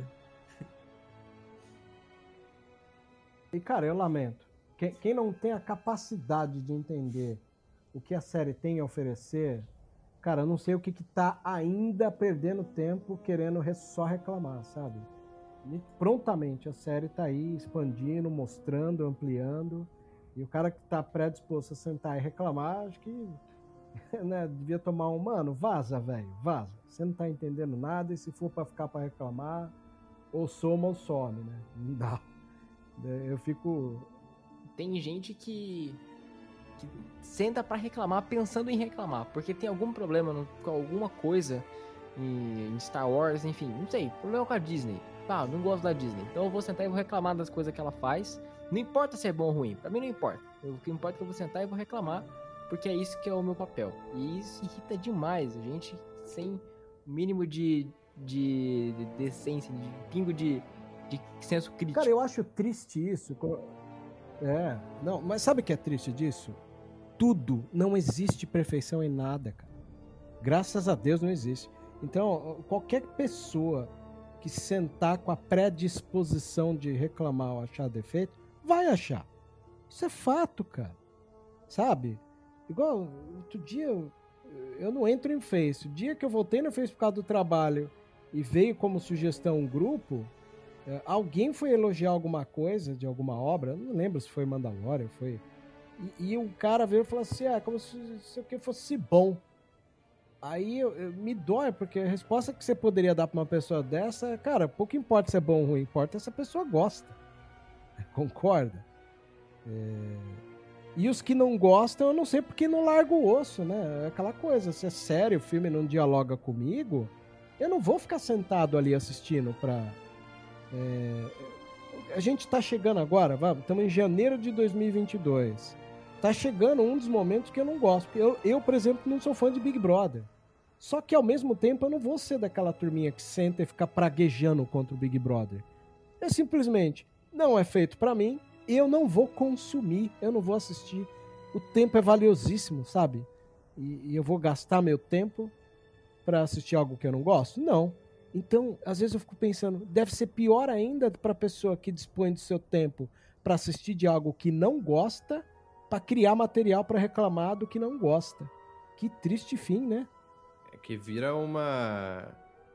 E, cara, eu lamento. Quem não tem a capacidade de entender o que a série tem a oferecer, cara, eu não sei o que tá ainda perdendo tempo querendo só reclamar, sabe? E prontamente a série tá aí expandindo, mostrando, ampliando. E o cara que tá predisposto a sentar e reclamar, acho que né, devia tomar um... Mano, vaza, velho, vaza. Você não tá entendendo nada e se for pra ficar pra reclamar, ou soma ou some, né? Não dá. Eu fico... Tem gente que senta pra reclamar pensando em reclamar, porque tem algum problema com alguma coisa em Star Wars, enfim, não sei, problema com a Disney. Não gosto da Disney, então eu vou sentar e vou reclamar das coisas que ela faz. Não importa se é bom ou ruim, pra mim não importa. O que importa é que eu vou sentar e vou reclamar, porque é isso que é o meu papel. E isso irrita demais, a gente sem o mínimo de decência, de pingo de senso crítico. Cara, eu acho triste isso. Não, mas sabe o que é triste disso? Tudo, não existe perfeição em nada, cara. Graças a Deus não existe. Então, qualquer pessoa que sentar com a predisposição de reclamar ou achar defeito, vai achar. Isso é fato, cara. Sabe? Igual, outro dia, eu não entro em Face. O dia que eu voltei no Face por causa do trabalho e veio como sugestão um grupo, alguém foi elogiar alguma coisa de alguma obra, não lembro se foi Mandalorian, foi... E o cara veio e falou assim, como se o que fosse bom. Aí me dói, porque a resposta que você poderia dar pra uma pessoa dessa, cara, pouco importa se é bom ou ruim, importa se a pessoa gosta. concorda? E os que não gostam, eu não sei porque não largo o osso, né? É aquela coisa, se é sério, o filme não dialoga comigo, eu não vou ficar sentado ali assistindo pra... A gente tá chegando agora, estamos em janeiro de 2022. Tá chegando um dos momentos que eu não gosto. Porque eu, por exemplo, não sou fã de Big Brother. Só que, ao mesmo tempo, eu não vou ser daquela turminha que senta e fica praguejando contra o Big Brother. Eu simplesmente, não é feito pra mim, eu não vou consumir, eu não vou assistir. O tempo é valiosíssimo, sabe? E eu vou gastar meu tempo pra assistir algo que eu não gosto? Não. Então, às vezes eu fico pensando, deve ser pior ainda pra pessoa que dispõe do seu tempo pra assistir de algo que não gosta, pra criar material pra reclamar do que não gosta. Que triste fim, né? É que vira uma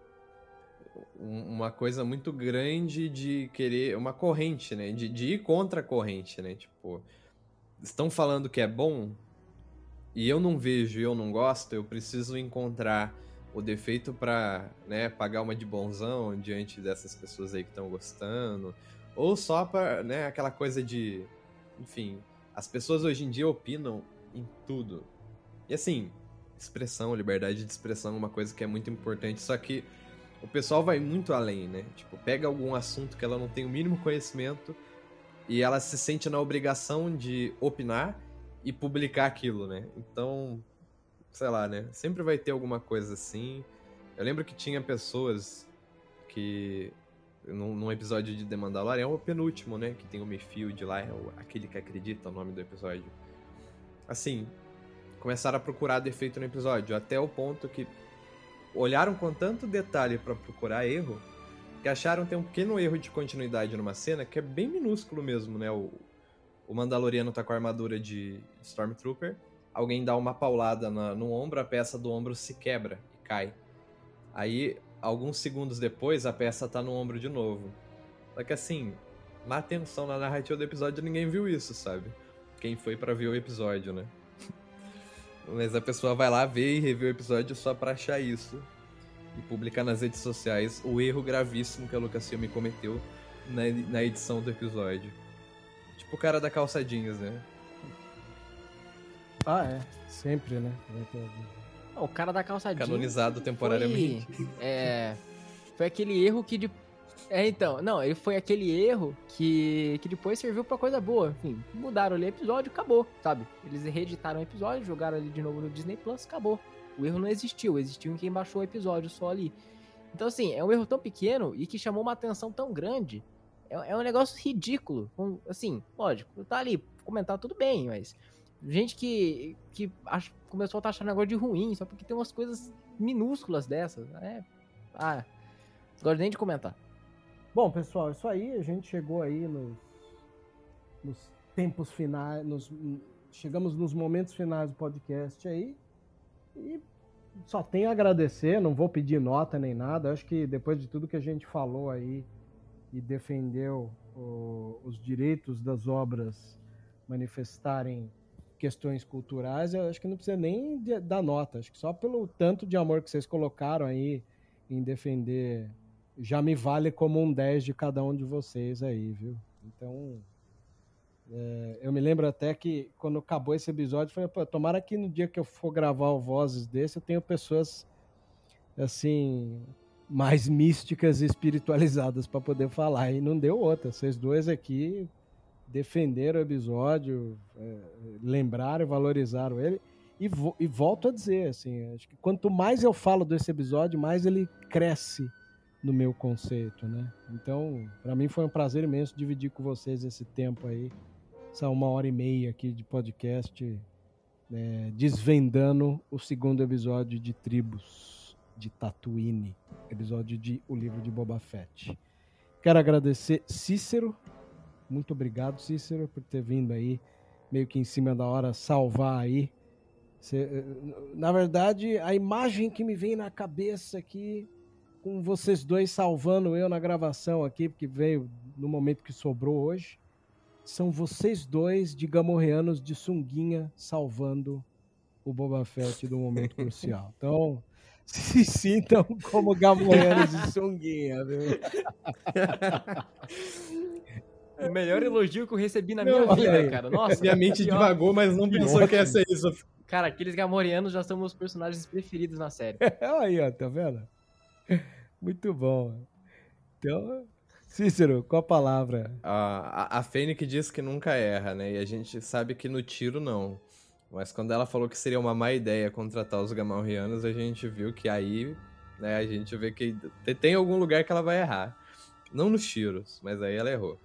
coisa muito grande de querer, uma corrente, né? De ir contra a corrente, né? Tipo, estão falando que é bom e eu não vejo e eu não gosto, eu preciso encontrar o defeito pra, né, pagar uma de bonzão diante dessas pessoas aí que estão gostando, ou só pra, né, aquela coisa de, enfim, as pessoas hoje em dia opinam em tudo. E assim, expressão, liberdade de expressão é uma coisa que é muito importante, só que o pessoal vai muito além, né? Tipo, pega algum assunto que ela não tem o mínimo conhecimento e ela se sente na obrigação de opinar e publicar aquilo, né? Então, sei lá, né? Sempre vai ter alguma coisa assim. Eu lembro que tinha pessoas que, num episódio de The Mandalorian, é o penúltimo, né? Que tem o Mayfield lá, aquele que acredita, o nome do episódio. Assim, começaram a procurar defeito no episódio, até o ponto que olharam com tanto detalhe pra procurar erro, que acharam ter um pequeno erro de continuidade numa cena que é bem minúsculo mesmo, né? O Mandaloriano tá com a armadura de Stormtrooper, alguém dá uma paulada no ombro, a peça do ombro se quebra e cai. Aí, alguns segundos depois, a peça tá no ombro de novo. Só que assim, na atenção, na narrativa do episódio, ninguém viu isso, sabe? Quem foi pra ver o episódio, né? Mas a pessoa vai lá ver e rever o episódio só pra achar isso. E publicar nas redes sociais o erro gravíssimo que a Lucasfilm cometeu na edição do episódio. Tipo o cara da calça jeans, né? Ah, é. Sempre, né? O cara da calça jeans... Canonizado temporariamente. Foi aquele erro que... ele foi aquele erro que depois serviu pra coisa boa. Enfim, mudaram ali o episódio, acabou, sabe? Eles reeditaram o episódio, jogaram ali de novo no Disney Plus, acabou. O erro não existiu em quem baixou o episódio só ali. Então, assim, é um erro tão pequeno e que chamou uma atenção tão grande. É um negócio ridículo. Assim, lógico, tá ali, comentar tudo bem, mas... Gente que começou a taxar negócio de ruim, só porque tem umas coisas minúsculas dessas. Não gosto nem de comentar. Bom, pessoal, isso aí, a gente chegou aí nos tempos finais, chegamos nos momentos finais do podcast aí, e só tenho a agradecer, não vou pedir nota nem nada, acho que depois de tudo que a gente falou aí e defendeu os direitos das obras manifestarem questões culturais, eu acho que não precisa nem dar nota, acho que só pelo tanto de amor que vocês colocaram aí em defender, já me vale como um 10 de cada um de vocês aí, viu? Então, eu me lembro até que quando acabou esse episódio, eu falei, pô, tomara que no dia que eu for gravar o Vozes desse, eu tenha pessoas, assim, mais místicas e espiritualizadas para poder falar, e não deu outra, vocês dois aqui defenderam o episódio, lembraram e valorizaram ele, e volto a dizer, assim, acho que quanto mais eu falo desse episódio, mais ele cresce no meu conceito, né? Então, para mim foi um prazer imenso dividir com vocês esse tempo aí, essa 1h30 aqui de podcast, desvendando o segundo episódio de Tribos de Tatooine, episódio de O Livro de Boba Fett. Quero agradecer Cícero, muito obrigado, Cícero, por ter vindo aí, meio que em cima da hora, salvar aí. Na verdade, a imagem que me vem na cabeça aqui, com vocês dois salvando eu na gravação aqui, porque veio no momento que sobrou hoje, são vocês dois de gamorreanos de sunguinha salvando o Boba Fett do momento crucial. Então, se sintam como gamorreanos de sunguinha, viu? O melhor elogio que eu recebi na minha vida, cara. Nossa. Minha mente divagou, mas não pensou que ia ser isso. Cara, aqueles gamorianos já são meus personagens preferidos na série. Aí, ó, tá vendo? Muito bom. Então, Cícero, qual a palavra? A Fênix diz que nunca erra, né? E a gente sabe que no tiro não. Mas quando ela falou que seria uma má ideia contratar os Gamorreanos, a gente viu que aí, né, a gente vê que tem algum lugar que ela vai errar. Não nos tiros, mas aí ela errou.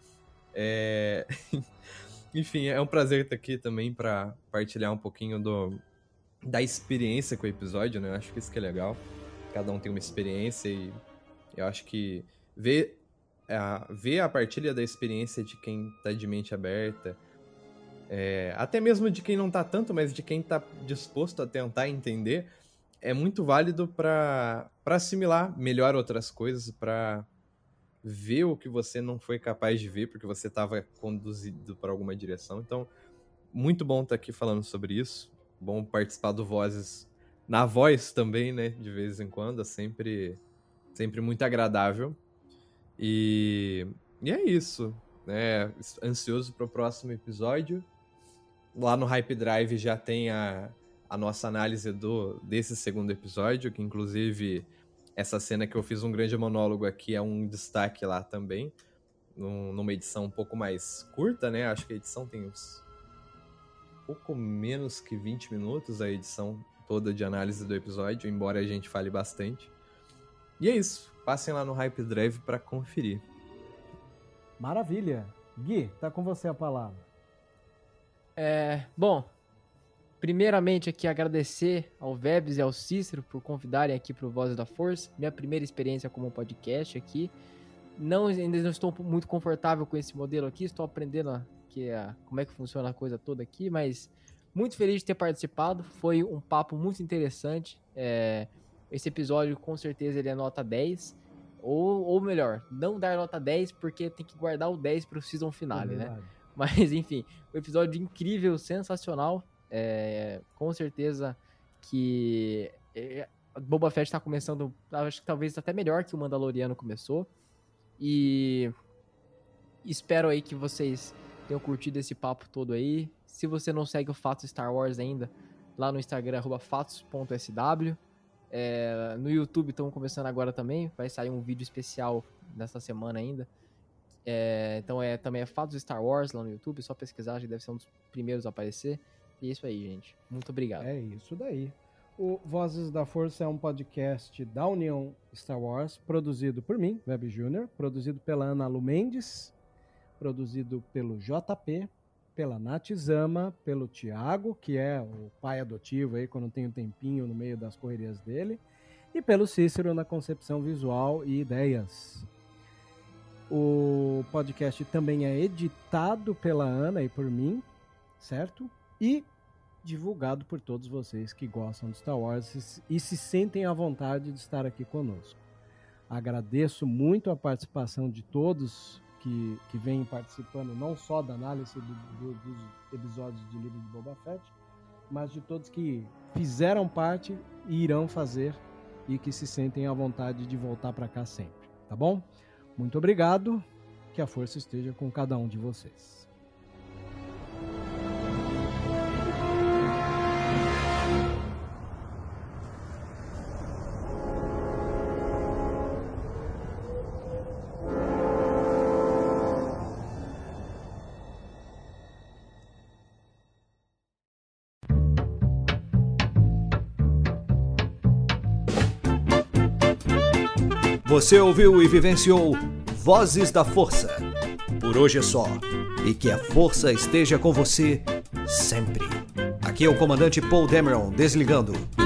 Enfim, é um prazer estar aqui também para partilhar um pouquinho da experiência com o episódio, né? Eu acho que isso que é legal. Cada um tem uma experiência e eu acho que ver a partilha da experiência de quem tá de mente aberta, até mesmo de quem não tá tanto, mas de quem tá disposto a tentar entender, é muito válido para assimilar melhor outras coisas, para ver o que você não foi capaz de ver porque você estava conduzido para alguma direção. Então, muito bom estar aqui falando sobre isso. Bom participar do Vozes na voz também, né? De vez em quando. É sempre muito agradável. E é isso, né? Ansioso para o próximo episódio. Lá no Hype Drive já tem a nossa análise desse segundo episódio, que inclusive essa cena que eu fiz um grande monólogo aqui é um destaque lá também, numa edição um pouco mais curta, né? Acho que a edição tem uns pouco menos que 20 minutos, a edição toda de análise do episódio, embora a gente fale bastante. E é isso, passem lá no Hype Drive para conferir. Maravilha. Gui, tá com você a palavra. Bom, primeiramente aqui agradecer ao Vebs e ao Cícero por convidarem aqui para o Vozes da Força. Minha primeira experiência como podcast aqui. Ainda não estou muito confortável com esse modelo aqui, estou aprendendo como é que funciona a coisa toda aqui, mas muito feliz de ter participado. Foi um papo muito interessante. Esse episódio com certeza ele é nota 10. Ou melhor, não dar nota 10 porque tem que guardar o 10 para o season finale, né? Mas enfim, um episódio incrível, sensacional. Com certeza que Boba Fett está começando, acho que talvez até melhor que o Mandaloriano começou. E espero aí que vocês tenham curtido esse papo todo aí. Se você não segue o Fatos Star Wars ainda, lá no Instagram, @fatos.sw. No YouTube estamos começando agora também, vai sair um vídeo especial nessa semana ainda. Então também é Fatos Star Wars lá no YouTube, só pesquisar, já deve ser um dos primeiros a aparecer. E é isso aí, gente. Muito obrigado. É isso daí. O Vozes da Força é um podcast da União Star Wars, produzido por mim, Web Júnior, produzido pela Ana Lu Mendes, produzido pelo JP, pela Nath Zama, pelo Thiago, que é o pai adotivo aí quando tem um tempinho no meio das correrias dele, e pelo Cícero na concepção visual e ideias. O podcast também é editado pela Ana e por mim, certo? E divulgado por todos vocês que gostam de Star Wars e se sentem à vontade de estar aqui conosco. Agradeço muito a participação de todos que vêm participando, não só da análise dos episódios de Livro de Boba Fett, mas de todos que fizeram parte e irão fazer e que se sentem à vontade de voltar para cá sempre, tá bom? Muito obrigado, que a força esteja com cada um de vocês. Você ouviu e vivenciou Vozes da Força. Por hoje é só. E que a força esteja com você sempre. Aqui é o comandante Paul Dameron desligando.